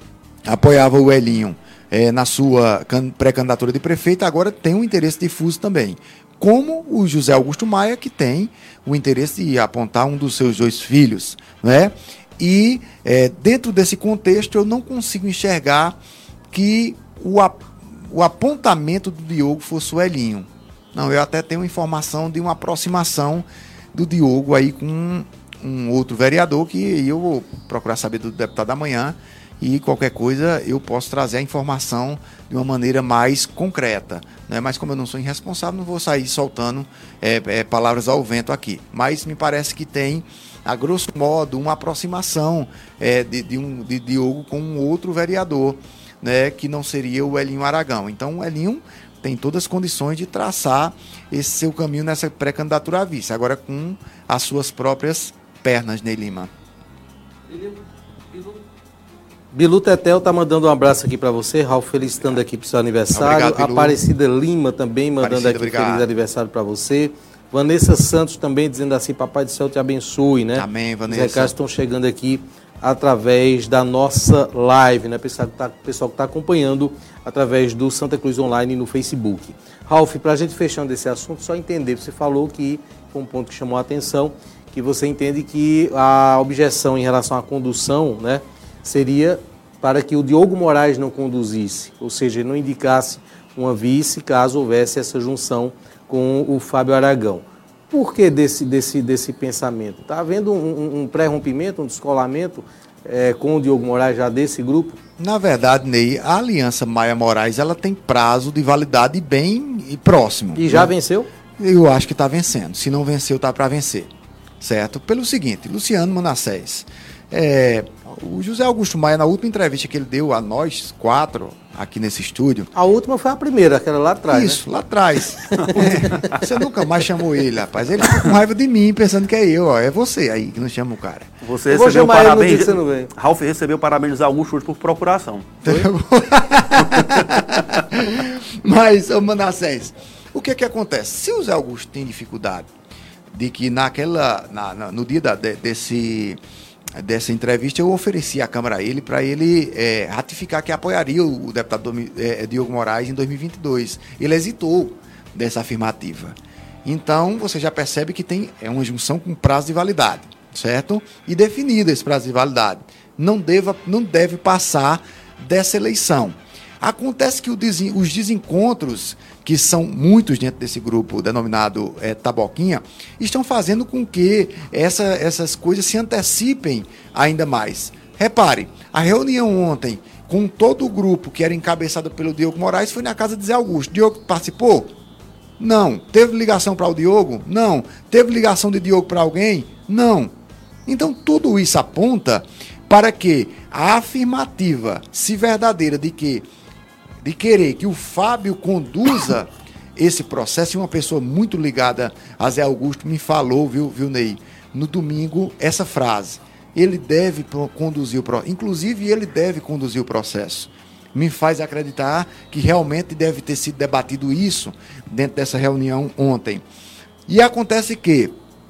apoiava o Elinho É, na sua pré-candidatura de prefeito, agora tem um interesse difuso também. Como o José Augusto Maia, que tem o interesse de apontar um dos seus dois filhos, né? E é, dentro desse contexto eu não consigo enxergar que o, o apontamento do Diogo fosse o Elinho. Não, eu até tenho informação de uma aproximação do Diogo aí com um, um outro vereador, que eu vou procurar saber do deputado amanhã, e qualquer coisa eu posso trazer a informação de uma maneira mais concreta, né? Mas como eu não sou irresponsável, não vou sair soltando é, é, palavras ao vento aqui. Mas me parece que tem, a grosso modo, uma aproximação é, de, de, um, de Diogo com um outro vereador, né, que não seria o Elinho Aragão. Então o Elinho tem todas as condições de traçar esse seu caminho nessa pré-candidatura a vice, agora com as suas próprias pernas, Ney Lima. Bilu Tetel tá mandando um abraço aqui para você, Ralf felicitando aqui pro seu aniversário. Obrigado, Aparecida Lima também mandando Aparecida, aqui obrigado. Feliz aniversário para você. Vanessa Santos também dizendo assim, Papai do Céu te abençoe, né? Amém, Vanessa. Os recados estão chegando aqui através da nossa live, né? Pessoal que tá, pessoal que está acompanhando através do Santa Cruz Online no Facebook. Ralf, para a gente fechando esse assunto, só entender, você falou que foi um ponto que chamou a atenção, que você entende que a objeção em relação à condução, né, seria para que o Diogo Moraes não conduzisse, ou seja, não indicasse uma vice caso houvesse essa junção com o Fábio Aragão. Por que desse, desse, desse pensamento? Está havendo um, um, um pré-rompimento, um descolamento é, com o Diogo Moraes já desse grupo? Na verdade, Ney, a aliança Maia Moraes ela tem prazo de validade bem próximo. E já né? venceu? Eu acho que está vencendo. Se não venceu, está para vencer. Certo? Pelo seguinte, Luciano Manassés, é, o José Augusto Maia, na última entrevista que ele deu a nós quatro, aqui nesse estúdio... A última foi a primeira, aquela lá atrás, Isso, né? lá atrás. É, você nunca mais chamou ele, rapaz. Ele ficou com raiva de mim, pensando que é eu, ó. É você aí que não chama o cara. Você eu recebeu parabéns... Você não vem. Ralf recebeu parabéns do José Augusto hoje por procuração. Mas, ô Manassés, o que que acontece? Se o José Augusto tem dificuldade de que naquela, na, na, no dia da, de, desse... dessa entrevista, eu ofereci a Câmara a ele para ele é, ratificar que apoiaria o, o deputado é, Diogo Moraes em dois mil e vinte e dois. Ele hesitou dessa afirmativa. Então, você já percebe que tem é uma junção com prazo de validade, certo? E definido esse prazo de validade. Não, deva, não deve passar dessa eleição. Acontece que o desen, os desencontros, que são muitos dentro desse grupo denominado é, Taboquinha, estão fazendo com que essa, essas coisas se antecipem ainda mais. Repare, a reunião ontem com todo o grupo que era encabeçado pelo Diogo Moraes foi na casa de Zé Augusto. Diogo participou? Não. Teve ligação para o Diogo? Não. Teve ligação de Diogo para alguém? Não. Então tudo isso aponta para que a afirmativa, se verdadeira, de que de querer que o Fábio conduza esse processo, e uma pessoa muito ligada a Zé Augusto me falou, viu, viu Ney, no domingo, essa frase, ele deve conduzir o processo, inclusive ele deve conduzir o processo. Me faz acreditar que realmente deve ter sido debatido isso dentro dessa reunião ontem. E acontece que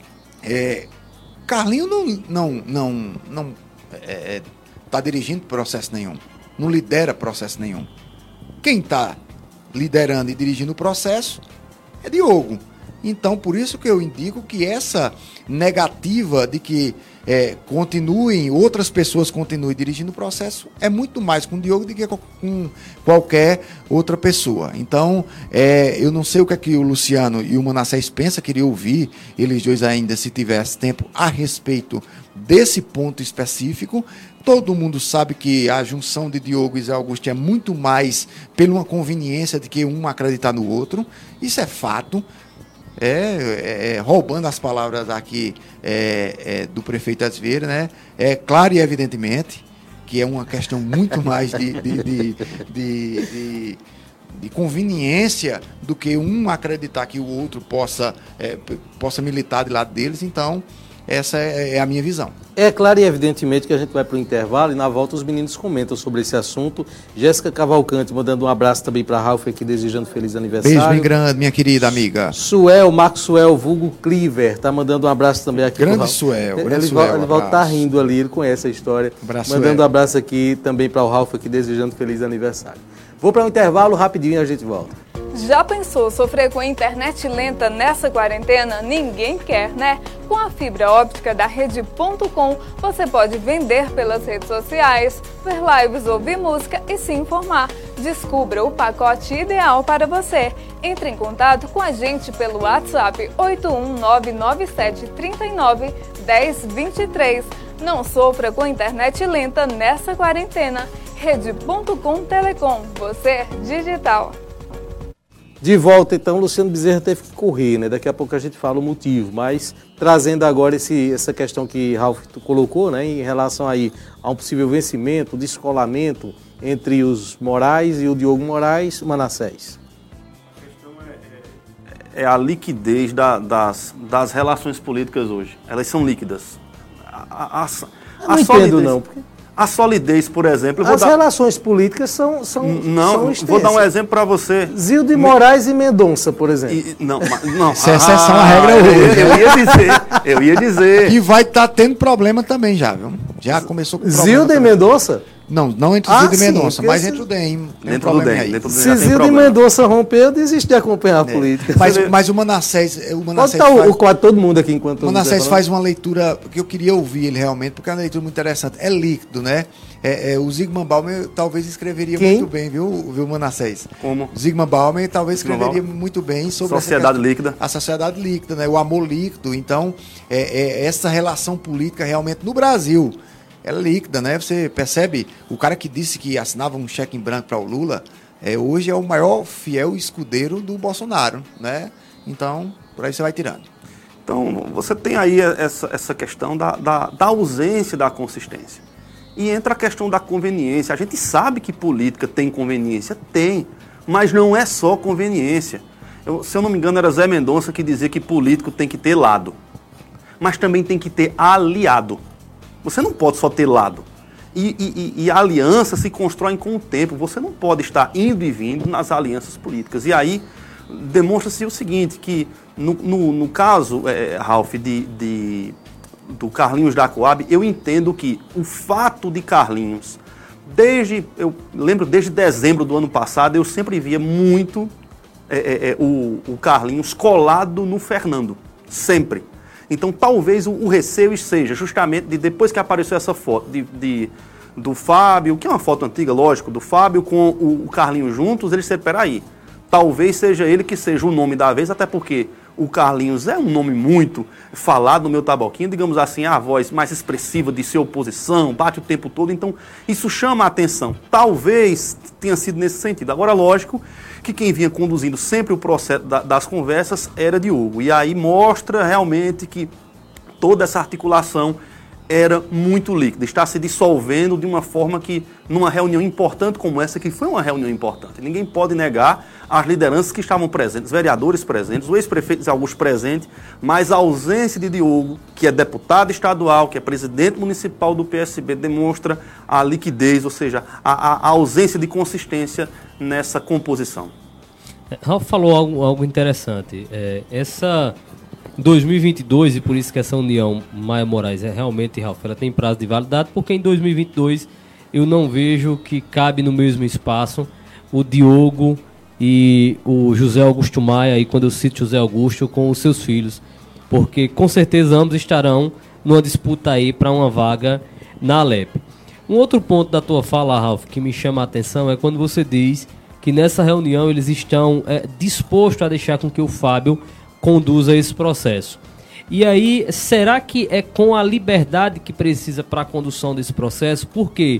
é, Carlinho não não não não é, tá dirigindo processo nenhum, não lidera processo nenhum. Quem está liderando e dirigindo o processo é Diogo. Então, por isso que eu indico que essa negativa de que é, continuem, outras pessoas continuem dirigindo o processo, é muito mais com o Diogo do que com qualquer outra pessoa. Então, é, eu não sei o que é que o Luciano e o Manassés pensam, queria ouvir eles dois ainda, se tivesse tempo, a respeito desse ponto específico. Todo mundo sabe que a junção de Diogo e Zé Augusto é muito mais pela uma conveniência de que um acreditar no outro. Isso é fato. É, é, roubando as palavras aqui é, é, do prefeito Asveira, né? É claro e evidentemente que é uma questão muito mais de, de, de, de, de, de conveniência do que um acreditar que o outro possa, é, possa militar de lado deles. Então, essa é a minha visão. É claro e evidentemente que a gente vai para o intervalo e na volta os meninos comentam sobre esse assunto. Jéssica Cavalcante mandando um abraço também para Ralf aqui, desejando feliz aniversário. Beijo bem grande, minha querida amiga. Suel, Marco Suel, vulgo Cleaver, tá mandando um abraço também aqui. Grande Suel, grande ele Suel. Ele volta tá rindo ali, ele conhece a história. Abraço, mandando Suel. um abraço aqui também para o Ralf aqui, desejando feliz aniversário. Vou para o intervalo, rapidinho a gente volta. Já pensou sofrer com internet lenta nessa quarentena? Ninguém quer, né? Com a fibra óptica da Rede ponto com, você pode vender pelas redes sociais, ver lives, ouvir música e se informar. Descubra o pacote ideal para você. Entre em contato com a gente pelo WhatsApp oito um nove nove sete três nove um zero dois três. Não sofra com internet lenta nessa quarentena. Rede ponto com Telecom, você digital. De volta, então, Luciano Bezerra teve que correr, né? Daqui a pouco a gente fala o motivo, mas trazendo agora esse, essa questão que Ralf colocou, né? Em relação aí a um possível vencimento, descolamento entre os Moraes e o Diogo Moraes, o Manassés. A questão é, é, é a liquidez da, das, das relações políticas hoje. Elas são líquidas. A, a, a, Eu não a entendo, solidez, não, porque... A solidez, por exemplo... Eu vou As dar... relações políticas são, são, não, são vou dar um exemplo para você. Zildo de Moraes e Mendonça, por exemplo. E, não, não. Isso é exceção, ah, a regra é hoje. Eu, eu ia dizer, eu ia dizer. Que vai estar tá tendo problema também já, viu? Já começou com problema. Zildo e Mendonça? Não, não entre ah, Zildo e Mendonça, mas esse... entre o D E M. Dentro do D E M. Dentro do D E M Se Zildo e Mendonça romper, eu desisto de acompanhar a é. política. Mas, mas o Manassés... O Manassés Pode estar faz... o quadro todo mundo aqui enquanto... O Manassés faz uma leitura que eu queria ouvir ele realmente, porque é uma leitura muito interessante. É líquido, né? É, é, o Zygmunt Bauman talvez escreveria Quem? muito bem, viu, viu Manassés? Como? Zygmunt Bauman talvez escreveria muito bem sobre sociedade essa líquida. A sociedade líquida, né? O amor líquido. Então, é, é, essa relação política realmente no Brasil é líquida, né? Você percebe, o cara que disse que assinava um cheque em branco para o Lula, é, hoje é o maior fiel escudeiro do Bolsonaro, né? Então, por aí você vai tirando. Então, você tem aí essa, essa questão da, da, da ausência da consistência. E entra a questão da conveniência. A gente sabe que política tem conveniência, tem, mas não é só conveniência. Eu, se eu não me engano, era Zé Mendonça que dizia que político tem que ter lado, mas também tem que ter aliado. Você não pode só ter lado. E, e, e a aliança se constrói com o tempo. Você não pode estar indo e vindo nas alianças políticas. E aí demonstra-se o seguinte, que no, no, no caso, é, Ralf, de... de do Carlinhos da Coab, eu entendo que o fato de Carlinhos, desde, eu lembro, desde dezembro do ano passado, eu sempre via muito é, é, é, o, o Carlinhos colado no Fernando, sempre. Então, talvez o, o receio seja justamente de depois que apareceu essa foto de, de, do Fábio, que é uma foto antiga, lógico, do Fábio com o, o Carlinhos juntos, eles disseram, peraí, talvez seja ele que seja o nome da vez, até porque o Carlinhos é um nome muito falado no meu taboquinho, digamos assim, a voz mais expressiva de ser oposição, bate o tempo todo, então isso chama a atenção. Talvez tenha sido nesse sentido. Agora, lógico que quem vinha conduzindo sempre o processo da, das conversas era Diogo, e aí mostra realmente que toda essa articulação era muito líquida, está se dissolvendo de uma forma que, numa reunião importante como essa, que foi uma reunião importante, ninguém pode negar as lideranças que estavam presentes, os vereadores presentes, o ex-prefeito de Augusto presente, mas a ausência de Diogo, que é deputado estadual, que é presidente municipal do P S B, demonstra a liquidez, ou seja, a, a, a ausência de consistência nessa composição. Ralf falou algo, algo interessante, é, essa... dois mil e vinte e dois, e por isso que essa união Maia Moraes é realmente, Ralf, ela tem prazo de validade, porque em dois mil e vinte e dois eu não vejo que cabe no mesmo espaço o Diogo e o José Augusto Maia, e quando eu cito José Augusto, com os seus filhos, porque com certeza ambos estarão numa disputa aí para uma vaga na Alep. Um outro ponto da tua fala, Ralf, que me chama a atenção é quando você diz que nessa reunião eles estão é, dispostos a deixar com que o Fábio conduza esse processo. E aí, será que é com a liberdade que precisa para a condução desse processo? Porque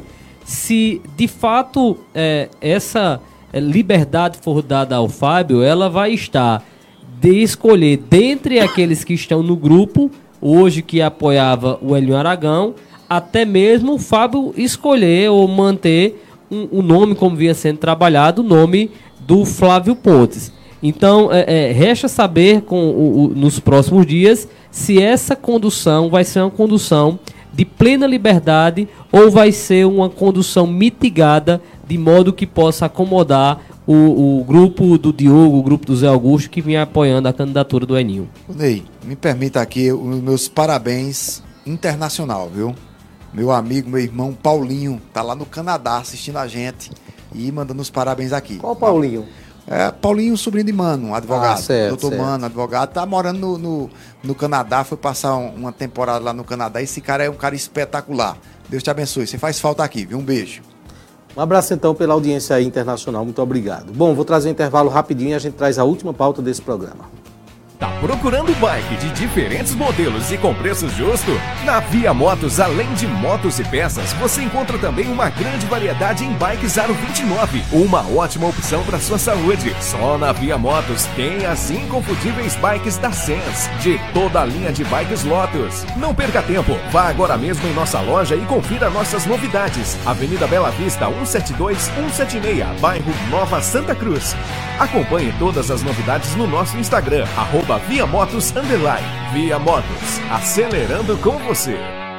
se de fato é, essa liberdade for dada ao Fábio, ela vai estar de escolher dentre aqueles que estão no grupo, hoje que apoiava o Elinho Aragão, até mesmo o Fábio escolher ou manter um, um nome, como vinha sendo trabalhado, o nome do Flávio Pontes. Então, é, é, resta saber com o, o, nos próximos dias se essa condução vai ser uma condução de plena liberdade ou vai ser uma condução mitigada de modo que possa acomodar o, o grupo do Diogo, o grupo do Zé Augusto, que vinha apoiando a candidatura do Eninho. Ney, me permita aqui os meus parabéns internacional, viu? Meu amigo, meu irmão Paulinho, tá lá no Canadá assistindo a gente e mandando os parabéns aqui. Qual Paulinho? É, Paulinho, sobrinho de Mano, advogado. Ah, certo, doutor certo. Mano, advogado, tá morando no, no, no Canadá, foi passar um, uma temporada lá no Canadá. Esse cara é um cara espetacular. Deus te abençoe. Você faz falta aqui, viu? Um beijo. Um abraço então pela audiência aí internacional, muito obrigado. Bom, vou trazer um intervalo rapidinho e a gente traz a última pauta desse programa. Tá procurando bike de diferentes modelos e com preço justo? Na Via Motos, além de motos e peças, você encontra também uma grande variedade em bikes Aro vinte e nove. Uma ótima opção para sua saúde. Só na Via Motos tem as inconfundíveis bikes da Sens, de toda a linha de bikes Lotus. Não perca tempo, vá agora mesmo em nossa loja e confira nossas novidades. Avenida Bela Vista, cento e setenta e dois, cento e setenta e seis, bairro Nova Santa Cruz. Acompanhe todas as novidades no nosso Instagram, arroba Via Motos Underline. Via Motos, acelerando com você.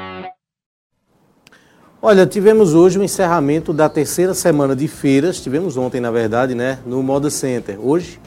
Olha, tivemos hoje o encerramento da terceira semana de feiras, tivemos ontem, na verdade, né, no Moda Center. Hoje?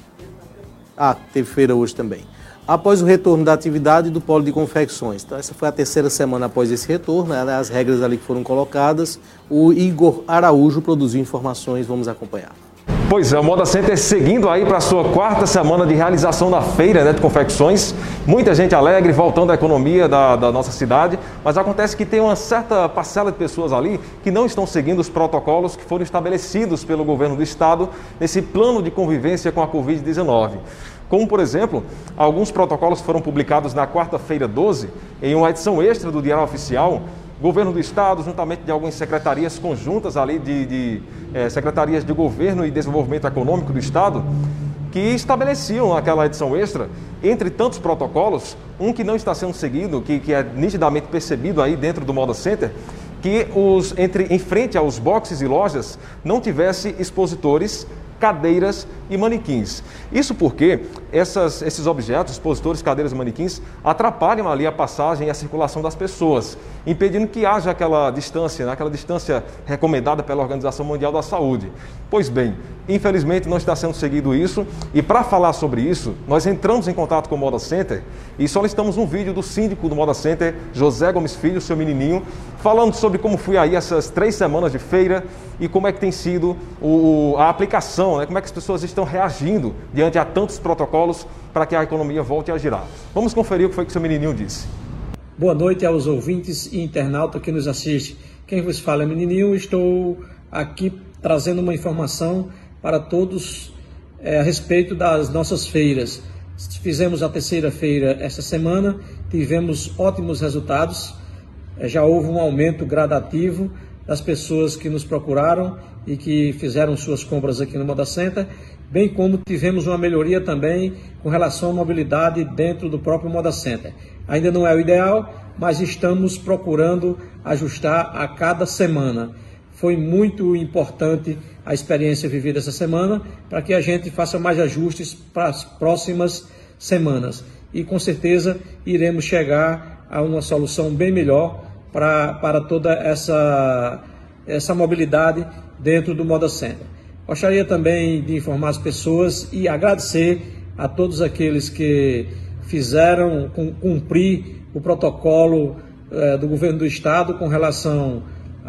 Ah, teve feira hoje também. Após o retorno da atividade do Polo de Confecções. Então, essa foi a terceira semana após esse retorno, né, as regras ali que foram colocadas. O Igor Araújo produziu informações, vamos acompanhar. Pois é, o Moda Center seguindo aí para a sua quarta semana de realização da feira, né, de confecções. Muita gente alegre, voltando à economia da, da nossa cidade, mas acontece que tem uma certa parcela de pessoas ali que não estão seguindo os protocolos que foram estabelecidos pelo governo do estado nesse plano de convivência com a covid dezenove. Como, por exemplo, alguns protocolos foram publicados na quarta-feira doze, em uma edição extra do Diário Oficial. Governo do Estado, juntamente de algumas secretarias conjuntas ali, de, de eh, secretarias de Governo e Desenvolvimento Econômico do Estado, que estabeleciam aquela edição extra, entre tantos protocolos, um que não está sendo seguido, que, que é nitidamente percebido aí dentro do Moda Center, que os, entre, em frente aos boxes e lojas não tivesse expositores, cadeiras e manequins. Isso porque essas, esses objetos, expositores, cadeiras e manequins, atrapalham ali a passagem e a circulação das pessoas, impedindo que haja aquela distância, né, aquela distância recomendada pela Organização Mundial da Saúde. Pois bem, infelizmente não está sendo seguido isso, e para falar sobre isso, nós entramos em contato com o Moda Center e solicitamos um vídeo do síndico do Moda Center, José Gomes Filho, seu menininho, falando sobre como foi aí essas três semanas de feira e como é que tem sido o, a aplicação, né, como é que as pessoas estão reagindo diante a tantos protocolos para que a economia volte a girar. Vamos conferir o que foi que seu menininho disse. Boa noite aos ouvintes e internautas que nos assistem. Quem vos fala é menininho, estou aqui trazendo uma informação para todos é, a respeito das nossas feiras. Fizemos a terceira feira essa semana, tivemos ótimos resultados, é, já houve um aumento gradativo das pessoas que nos procuraram e que fizeram suas compras aqui no Moda Center, bem como tivemos uma melhoria também com relação à mobilidade dentro do próprio Moda Center. Ainda não é o ideal, mas estamos procurando ajustar a cada semana. Foi muito importante a experiência vivida essa semana para que a gente faça mais ajustes para as próximas semanas. E com certeza iremos chegar a uma solução bem melhor para, para toda essa, essa mobilidade dentro do Moda Center. Gostaria também de informar as pessoas e agradecer a todos aqueles que fizeram cumprir o protocolo eh, do governo do estado com relação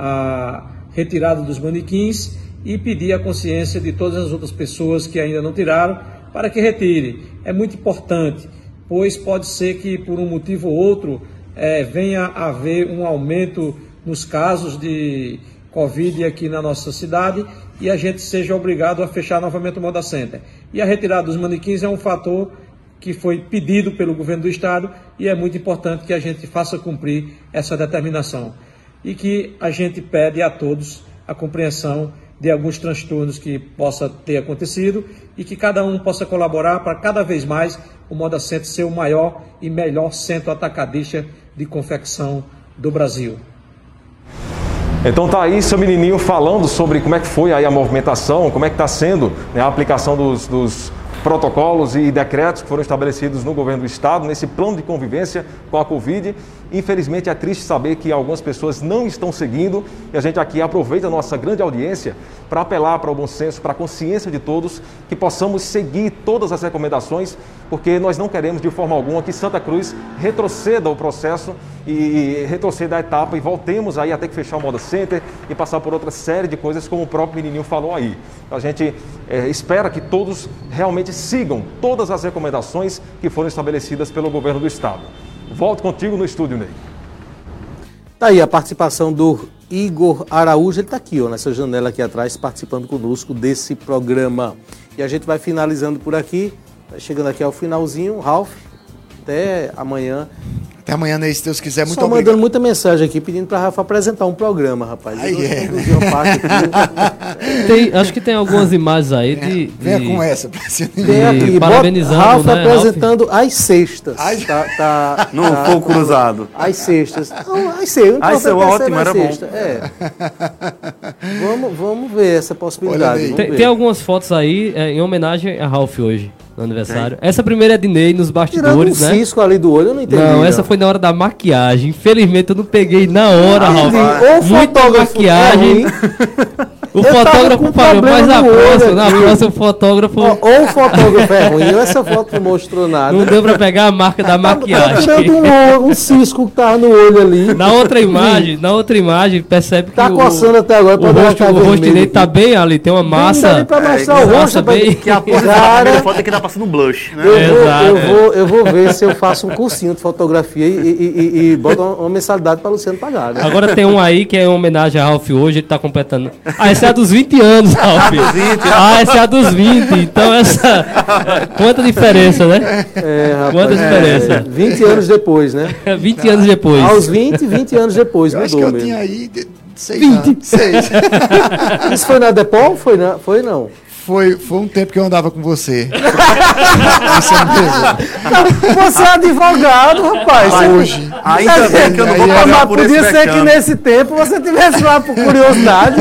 à retirada dos manequins e pedir a consciência de todas as outras pessoas que ainda não tiraram para que retire. É muito importante, pois pode ser que por um motivo ou outro eh, venha a haver um aumento nos casos de Covid aqui na nossa cidade e a gente seja obrigado a fechar novamente o Moda Center. E a retirada dos manequins é um fator que foi pedido pelo governo do estado e é muito importante que a gente faça cumprir essa determinação. E que a gente pede a todos a compreensão de alguns transtornos que possa ter acontecido e que cada um possa colaborar para cada vez mais o Moda Center ser o maior e melhor centro atacadista de confecção do Brasil. Então tá aí seu menininho falando sobre como é que foi aí a movimentação, como é que está sendo, né, a aplicação dos, dos protocolos e decretos que foram estabelecidos no governo do estado, nesse plano de convivência com a Covid. Infelizmente é triste saber que algumas pessoas não estão seguindo e a gente aqui aproveita a nossa grande audiência para apelar para o bom senso, para a consciência de todos, que possamos seguir todas as recomendações, porque nós não queremos de forma alguma que Santa Cruz retroceda o processo e retroceda a etapa e voltemos aí a ter que fechar o Moda Center e passar por outra série de coisas, como o próprio menininho falou aí. A gente é, espera que todos realmente sigam todas as recomendações que foram estabelecidas pelo governo do estado. Volto contigo no estúdio, Ney. Tá aí a participação do Igor Araújo, ele está aqui, ó, nessa janela aqui atrás, participando conosco desse programa. E a gente vai finalizando por aqui, vai chegando aqui ao finalzinho. Ralf, até amanhã. Até amanhã, Ney, se Deus quiser. Muito Só obrigado. mandando muita mensagem aqui, pedindo para Rafa apresentar um programa, rapaz. Aí é. Tem, acho que tem algumas imagens aí de... de... Venha com essa. Tem aqui, parabenizando, Rafa né, apresentando Ralf? As sextas. Ai, tá, tá, No tá, fogo cruzado. As sextas. Não, as sextas. Ah, isso é ótimo, era bom. É. vamos, vamos ver essa possibilidade. Olha, Tem, tem algumas fotos aí é, em homenagem a Ralf hoje, no aniversário. Tem. Essa primeira é de Ney nos bastidores, Tirando um né? cisco ali do olho, eu não entendi. Não, não. essa foi na hora da maquiagem. Infelizmente eu não peguei na hora, Ah, Ralf. ou Muita fotógrafo maquiagem. O Eu tava fotógrafo com falhou, problema mas na no olho próxima, na aqui. próxima o fotógrafo Ou, ou o fotógrafo é ruim, ou essa foto não mostrou nada. não deu pra pegar a marca da Tá maquiagem. tirando um, um cisco que tava no olho ali. Na outra imagem, na outra imagem, percebe que Tá o, coçando até agora pra o dar rosto, uma o rosto vermelha dele aqui. tá bem ali, tem uma Não dá massa. nem pra mostrar é, o rosto, massa pra- bem- Que a pose da Cara, primeira foto é que tá passando blush, né? Eu, vou, Exato, eu, é. vou, eu vou ver se eu faço um cursinho de fotografia e, e, e, e boto uma, uma mensalidade para Luciano pagar, né? Agora tem um aí que é em homenagem a Ralf hoje, ele tá completando. Ah, essa é a dos vinte anos, Ralf. Ah, essa é a dos vinte. Então essa. Quanta diferença, né? É, rapaz, Quanta diferença. é, vinte anos depois, né? vinte anos depois. Aos vinte, vinte anos depois, Eu acho que mudou eu mesmo. tinha aí de- seis anos. Seis. Isso foi na Depol? Foi, na, foi não? Foi, foi um tempo que eu andava com você. Você não pegou. Você é advogado, rapaz. Ah, Você- hoje. Ainda bem que eu não vou Aí pagar Mas por esse podia ser que vexame. nesse tempo você tivesse lá por curiosidade.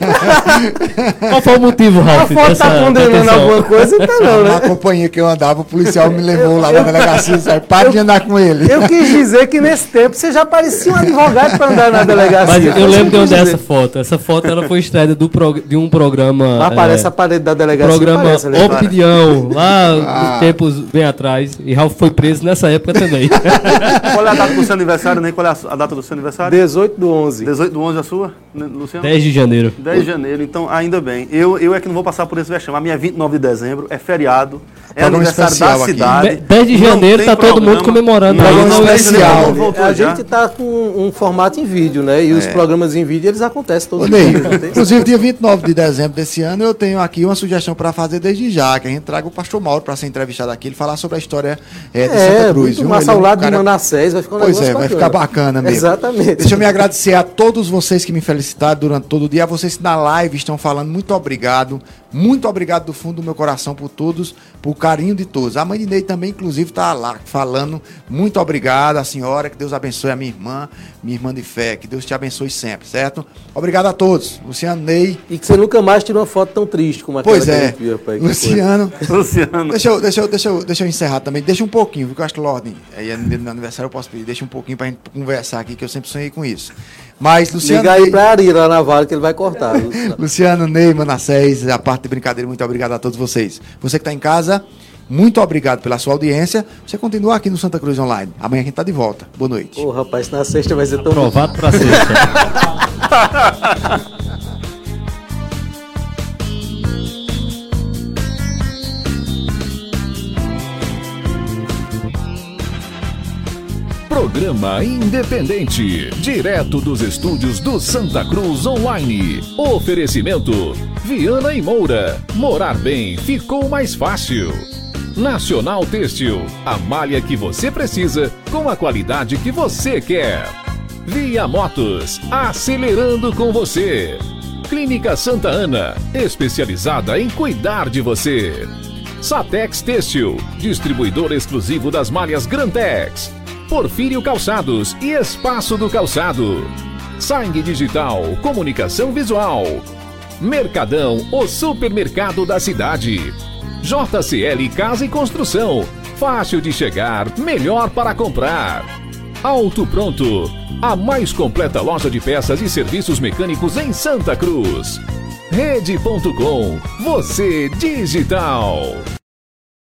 Qual foi o motivo, A Ralf? foto dessa tá condenando detenção? alguma coisa, então não, Na né? companhia que eu andava, o policial me levou lá na delegacia e disse: para de andar com ele. Eu quis dizer que nesse tempo você já parecia um advogado para andar na delegacia. Mas eu Foi isso lembro de que eu onde quis é dizer. essa foto. Essa foto ela foi estreia do prog- de um programa. Mas aparece é, a parede da delegacia. programa parece, né? Opinião, lá Ah. nos tempos bem atrás. E Ralf foi preso nessa época também. Qual é a data do seu aniversário, nem qual é a su- a data do seu aniversário? dezoito do onze. dezoito do onze a sua, né, Luciano? dez de janeiro. dez de janeiro, então ainda bem. Eu, eu é que não vou passar por esse vexame. A minha é vinte e nove de dezembro, é feriado, é Programa aniversário da especial aqui. cidade. De- dez de não janeiro tem tá todo programa. mundo comemorando. Não, Programa não, especial. não voltou A já. gente tá com um formato em vídeo, né? E os programas em vídeo, eles acontecem todos Ô, os Ney, dias. não tem? inclusive, dia vinte e nove de dezembro desse ano, eu tenho aqui uma sugestão para fazer desde já, que a gente traga o pastor Mauro para ser entrevistado aqui, ele falar sobre a história é, de É, Santa Cruz. muito viu? massa Ele é ao um lado de cara- Manassés, vai ficar um Pois negócio é, vai bacana. ficar bacana mesmo. Exatamente. Deixa eu me agradecer a todos vocês que me felicitaram durante todo o dia, a vocês que na live estão falando, muito obrigado, muito obrigado do fundo do meu coração por todos, por carinho de todos. A mãe de Ney também, inclusive, está lá falando, muito obrigado a senhora, que Deus abençoe a minha irmã, minha irmã de fé, que Deus te abençoe sempre, certo? Obrigado a todos. Luciano, Ney. E que você nunca mais tirou uma foto tão triste como aquela Pois que a é, gente viu, rapaz, que Luciano. Luciano. Deixa eu, deixa, eu, deixa, eu, deixa eu encerrar também. Deixa um pouquinho, porque eu acho que Lordem, aí no meu aniversário eu posso pedir, deixa um pouquinho pra gente conversar aqui, que eu sempre sonhei com isso. Mas, Luciano. Liga aí Ney, pra Ari lá na Vale que ele vai cortar. Luciano. Luciano, Ney, Manassés, a parte de brincadeira, muito obrigado a todos vocês. Você que está em casa, muito obrigado pela sua audiência. Você continua aqui no Santa Cruz Online. Amanhã a gente está de volta. Boa noite. Ô, rapaz, na sexta vai ser tão Provado pra sexta. Programa independente, direto dos estúdios do Santa Cruz Online. Oferecimento: Viana e Moura. Morar bem ficou mais fácil. Nacional Têxtil, a malha que você precisa com a qualidade que você quer. Via Motos, acelerando com você. Clínica Santa Ana, especializada em cuidar de você. Satex Têxtil, distribuidor exclusivo das malhas Grantex. Porfírio Calçados e Espaço do Calçado. Sangue Digital, comunicação visual. Mercadão, o supermercado da cidade. J C L Casa e Construção. Fácil de chegar, melhor para comprar. Auto Pronto, a mais completa loja de peças e serviços mecânicos em Santa Cruz. Rede ponto com, você digital.